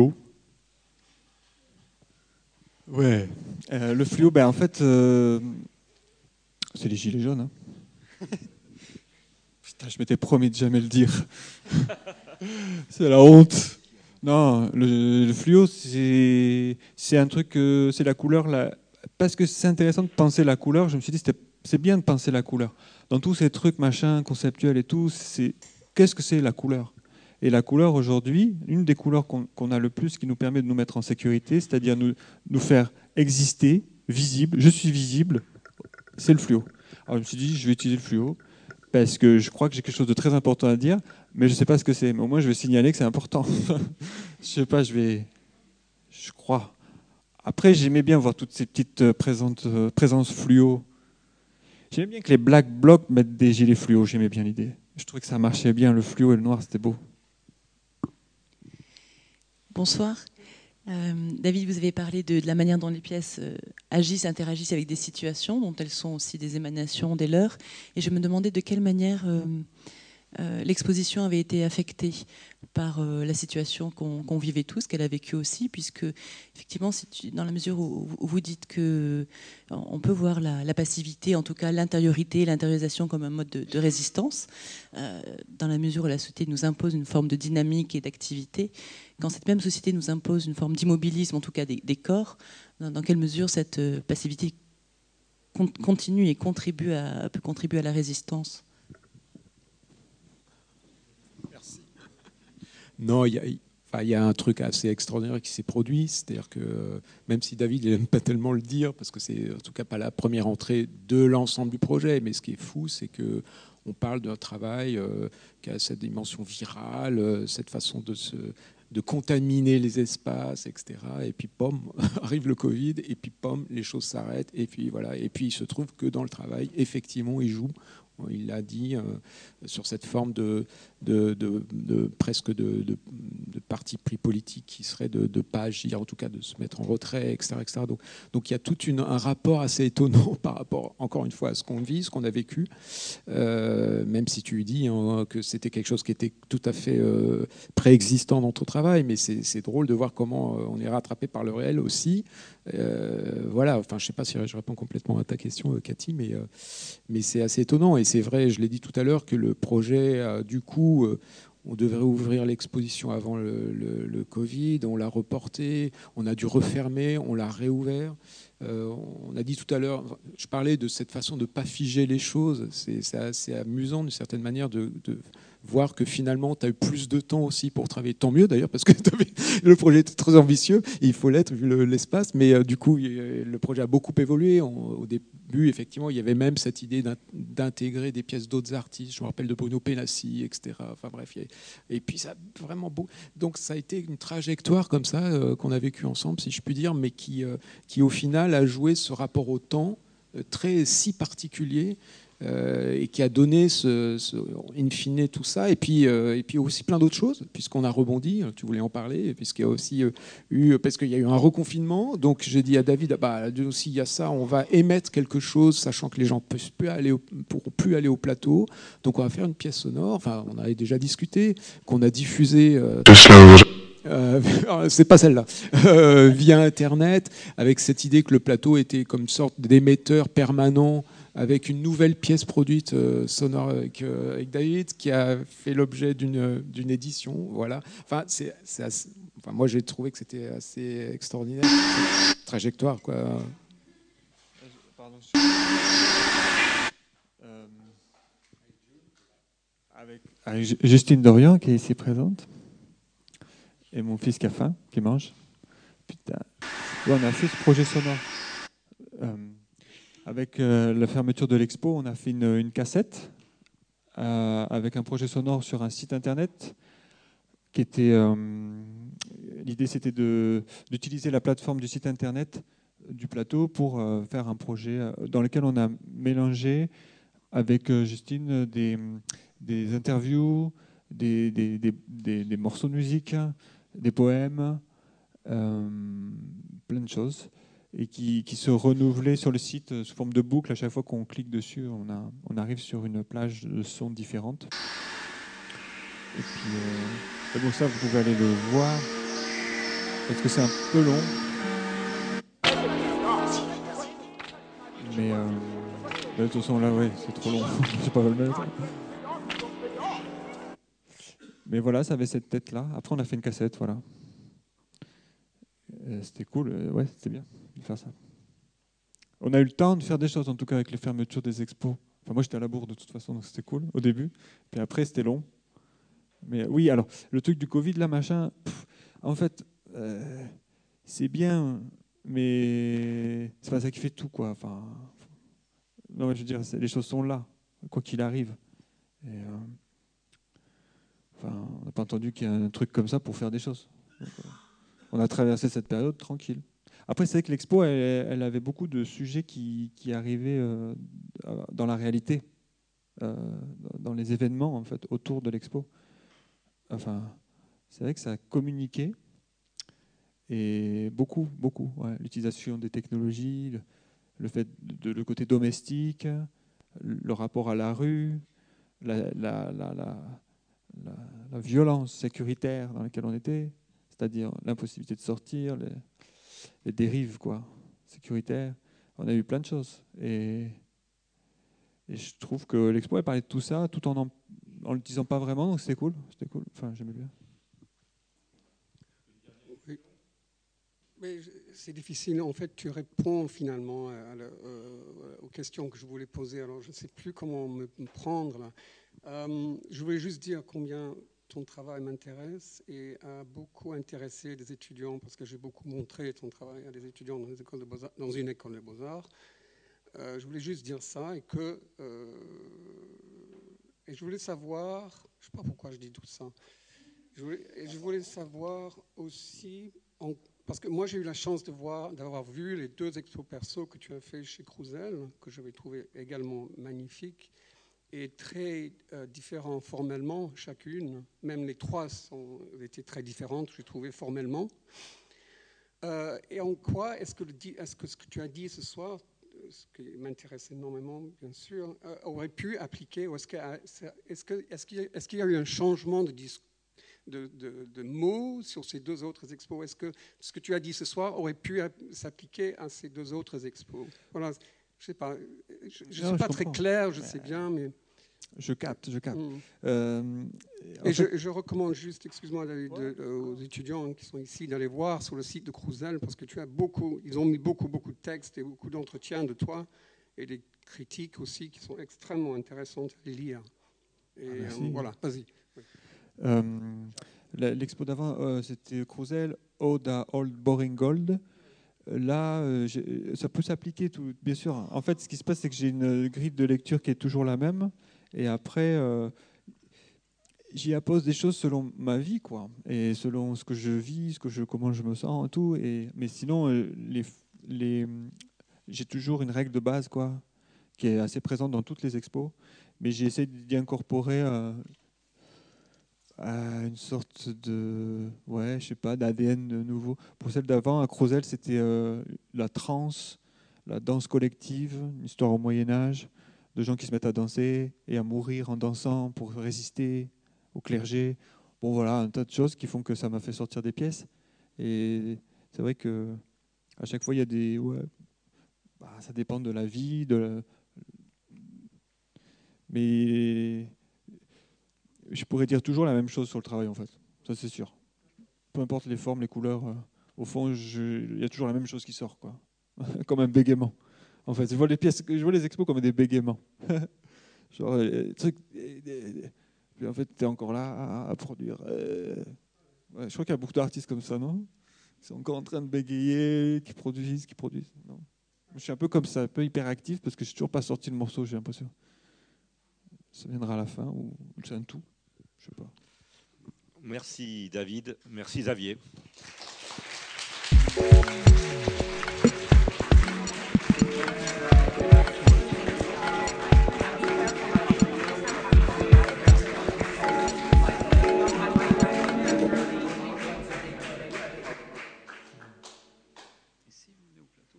Ouais, euh, le fluo, ben en fait, euh, c'est les gilets jaunes. Hein. Putain, je m'étais promis de jamais le dire. C'est la honte. Non, le, le fluo, c'est, c'est un truc, euh, c'est la couleur. La, parce que c'est intéressant de penser la couleur, je me suis dit, c'était, c'est bien de penser la couleur. Dans tous ces trucs, machin, conceptuels et tout, c'est, qu'est-ce que c'est la couleur ? Et la couleur aujourd'hui, une des couleurs qu'on, qu'on a le plus qui nous permet de nous mettre en sécurité, c'est-à-dire nous, nous faire exister, visible, je suis visible, c'est le fluo. Alors je me suis dit, je vais utiliser le fluo parce que je crois que j'ai quelque chose de très important à dire, mais je ne sais pas ce que c'est. Mais au moins, je vais signaler que c'est important. Je ne sais pas, je vais... Je crois. Après, j'aimais bien voir toutes ces petites présentes, présences fluo. J'aimais bien que les Black Blocs mettent des gilets fluo, j'aimais bien l'idée. Je trouvais que ça marchait bien, le fluo et le noir, c'était beau. Bonsoir. Euh, David, vous avez parlé de, de la manière dont les pièces euh, agissent, interagissent avec des situations, dont elles sont aussi des émanations des leurs. Et je me demandais de quelle manière euh, euh, l'exposition avait été affectée par euh, la situation qu'on qu'on vivait tous, qu'elle a vécue aussi, puisque effectivement, si tu, dans la mesure où, où vous dites que on peut voir la, la passivité, en tout cas l'intériorité, l'intériorisation comme un mode de, de résistance, euh, dans la mesure où la société nous impose une forme de dynamique et d'activité, quand cette même société nous impose une forme d'immobilisme, en tout cas des, des corps, dans, dans quelle mesure cette passivité continue et contribue à, peut contribuer à la résistance? Merci. Non, il y a, enfin, il y a un truc assez extraordinaire qui s'est produit, c'est-à-dire que même si David n'aime pas tellement le dire, parce que c'est en tout cas pas la première entrée de l'ensemble du projet, mais ce qui est fou, c'est que on parle d'un travail euh, qui a cette dimension virale, euh, cette façon de se de contaminer les espaces, et cetera. Et puis, pom, arrive le Covid, et puis, pom, les choses s'arrêtent. Et puis, voilà. Et puis, il se trouve que dans le travail, effectivement, il joue. Il l'a dit, euh, sur cette forme de, de, de, de presque de, de, de parti pris politique qui serait de ne pas agir, en tout cas de se mettre en retrait, et cetera, et cetera. Donc, donc il y a tout une, un rapport assez étonnant par rapport, encore une fois, à ce qu'on vit, ce qu'on a vécu, euh, même si tu dis hein, que c'était quelque chose qui était tout à fait euh, préexistant dans ton travail, mais c'est drôle de voir comment on est rattrapé par le réel aussi. Euh, voilà, enfin, je ne sais pas si je réponds complètement à ta question, Cathy, mais, euh, mais c'est assez étonnant. Et c'est vrai, je l'ai dit tout à l'heure, que le projet, euh, du coup, euh, on devrait ouvrir l'exposition avant le, le, le Covid, on l'a reporté, on a dû refermer, on l'a réouvert. Euh, on a dit tout à l'heure, je parlais de cette façon de ne pas figer les choses. C'est assez amusant d'une certaine manière de, de voir que finalement, tu as eu plus de temps aussi pour travailler. Tant mieux d'ailleurs, parce que le projet était très ambitieux, il faut l'être vu l'espace, mais euh, du coup, le projet a beaucoup évolué. On, au début, effectivement, il y avait même cette idée d'intégrer des pièces d'autres artistes. Je me rappelle de Bruno Penassi, et cetera. Enfin bref, il y a, et puis ça a vraiment beau. Donc ça a été une trajectoire comme ça euh, qu'on a vécue ensemble, si je puis dire, mais qui, euh, qui au final a joué ce rapport au temps euh, très si particulier. Euh, et qui a donné ce, ce, in fine tout ça, et puis, euh, et puis aussi plein d'autres choses, puisqu'on a rebondi, tu voulais en parler, puisqu'il y a aussi euh, eu, parce qu'il y a eu un reconfinement, donc j'ai dit à David, bah, aussi il y a ça, on va émettre quelque chose, sachant que les gens ne pourront plus aller au plateau, donc on va faire une pièce sonore, enfin on avait déjà discuté, qu'on a diffusé... Euh, Euh, c'est pas celle-là, euh, via Internet, avec cette idée que le plateau était comme une sorte d'émetteur permanent, avec une nouvelle pièce produite euh, sonore avec, euh, avec David, qui a fait l'objet d'une d'une édition. Voilà. Enfin, c'est, c'est assez, enfin, moi, j'ai trouvé que c'était assez extraordinaire, cette trajectoire, quoi. Pardon. Euh, avec, avec Justine Dorian, qui est ici présente. Et mon fils qui a faim, qui mange. Putain. Ouais, on a fait ce projet sonore. Euh, avec euh, la fermeture de l'expo, on a fait une, une cassette euh, avec un projet sonore sur un site internet qui était. Euh, L'idée, c'était d'utiliser la plateforme du site internet du plateau pour euh, faire un projet dans lequel on a mélangé avec euh, Justine des, des interviews, des, des, des, des, des morceaux de musique, des poèmes, euh, plein de choses, et qui, qui se renouvelaient sur le site sous forme de boucle. À chaque fois qu'on clique dessus, on, a, on arrive sur une plage de sons différentes. Et puis, euh, et bon, ça, vous pouvez aller le voir, parce que c'est un peu long. Mais euh, de toute façon, là, ouais, c'est trop long. Je sais pas le mettre. Mais voilà, ça avait cette tête-là. Après, on a fait une cassette, voilà. C'était cool, ouais, c'était bien de faire ça. On a eu le temps de faire des choses, en tout cas avec les fermetures des expos. Enfin, moi, j'étais à la bourre de toute façon, donc c'était cool au début. Puis après, c'était long. Mais oui, alors, le truc du Covid, là, machin, pff, en fait, euh, c'est bien, mais c'est pas ça qui fait tout, quoi. Enfin, non, je veux dire, les choses sont là, quoi qu'il arrive. Et, euh, enfin, on n'a pas entendu qu'il y a un truc comme ça pour faire des choses. Donc, euh, on a traversé cette période tranquille. Après, c'est vrai que l'expo, elle, elle avait beaucoup de sujets qui, qui arrivaient euh, dans la réalité, euh, dans les événements en fait, autour de l'expo. Enfin, c'est vrai que ça a communiqué, et beaucoup, beaucoup. Ouais. L'utilisation des technologies, le, le fait de, de, le côté domestique, le rapport à la rue, la, la, la, la, la, la violence sécuritaire dans laquelle on était, c'est-à-dire l'impossibilité de sortir, les, les dérives quoi, sécuritaires. On a eu plein de choses. Et, et je trouve que l'expo, elle parlait de tout ça, tout en en, en le disant pas vraiment, donc c'était cool. C'était cool. Enfin, j'aimais bien. Oui. Mais c'est difficile. En fait, tu réponds finalement à la, euh, aux questions que je voulais poser. Alors, je ne sais plus comment me, me prendre là. Euh, je voulais juste dire combien ton travail m'intéresse et a beaucoup intéressé des étudiants, parce que j'ai beaucoup montré ton travail à des étudiants dans, les écoles de Beaux-Arts, dans une école de Beaux-Arts. Euh, je voulais juste dire ça et que euh, et je voulais savoir, je ne sais pas pourquoi je dis tout ça, je voulais, et je voulais savoir aussi, en, parce que moi j'ai eu la chance de voir, d'avoir vu les deux expos perso que tu as fait chez Crouzel, que j'avais trouvé également magnifiques, et très euh, différents formellement, chacune. Même les trois sont, étaient très différentes, j'ai trouvé formellement. Euh, et en quoi est-ce que, le, est-ce que ce que tu as dit ce soir, ce qui m'intéresse énormément, bien sûr, euh, aurait pu appliquer, ou est-ce, que, est-ce, que, est-ce, qu'il y a, est-ce qu'il y a eu un changement de, de, de, de mots sur ces deux autres expos? Est-ce que ce que tu as dit ce soir aurait pu s'appliquer à ces deux autres expos? Voilà. Je sais pas, je ne suis non, pas je très comprends. clair, je sais bien, mais... Je capte, je capte. Mmh. Euh, Et fait... je, je recommande juste, excuse-moi, de, de, de, aux étudiants qui sont ici d'aller voir sur le site de Crouzel, parce que tu as beaucoup, ils ont mis beaucoup, beaucoup de textes et beaucoup d'entretiens de toi, et des critiques aussi qui sont extrêmement intéressantes à lire. Et ah, euh, voilà, vas-y. Oui. Euh, l'expo d'avant, euh, c'était Crouzel, Ode à Old Boring Gold. Là, euh, ça peut s'appliquer, tout, bien sûr. En fait, ce qui se passe, c'est que j'ai une grille de lecture qui est toujours la même. Et après, euh, j'y appose des choses selon ma vie, quoi. Et selon ce que je vis, ce que je, comment je me sens, et tout. Et, mais sinon, euh, les, les, j'ai toujours une règle de base, quoi, qui est assez présente dans toutes les expos. Mais j'ai essayé d'y incorporer... Euh, Euh, une sorte de, ouais, je sais pas, d'A D N nouveau. Pour celle d'avant, à Crouzel, c'était euh, la trance, la danse collective, une histoire au Moyen-Âge, de gens qui se mettent à danser et à mourir en dansant pour résister au clergé. Bon, voilà, un tas de choses qui font que ça m'a fait sortir des pièces. Et c'est vrai que à chaque fois, il y a des, ouais, bah, ça dépend de la vie, de la... mais je pourrais dire toujours la même chose sur le travail, en fait. Ça, c'est sûr. Peu importe les formes, les couleurs, euh, au fond, il y a toujours la même chose qui sort, quoi. Comme un bégaiement. En fait, je vois les pièces, je vois les expos comme des bégaiements. Genre, euh, truc, euh, euh, puis en fait, tu es encore là à, à produire. Euh, ouais, je crois qu'il y a beaucoup d'artistes comme ça, non? Ils sont encore en train de bégayer, qui produisent, qui produisent. Non. Je suis un peu comme ça, un peu hyperactif, parce que je n'ai toujours pas sorti le morceau, j'ai l'impression. Ça viendra à la fin, ou c'est un tout. Je sais pas. Merci David, merci Xavier.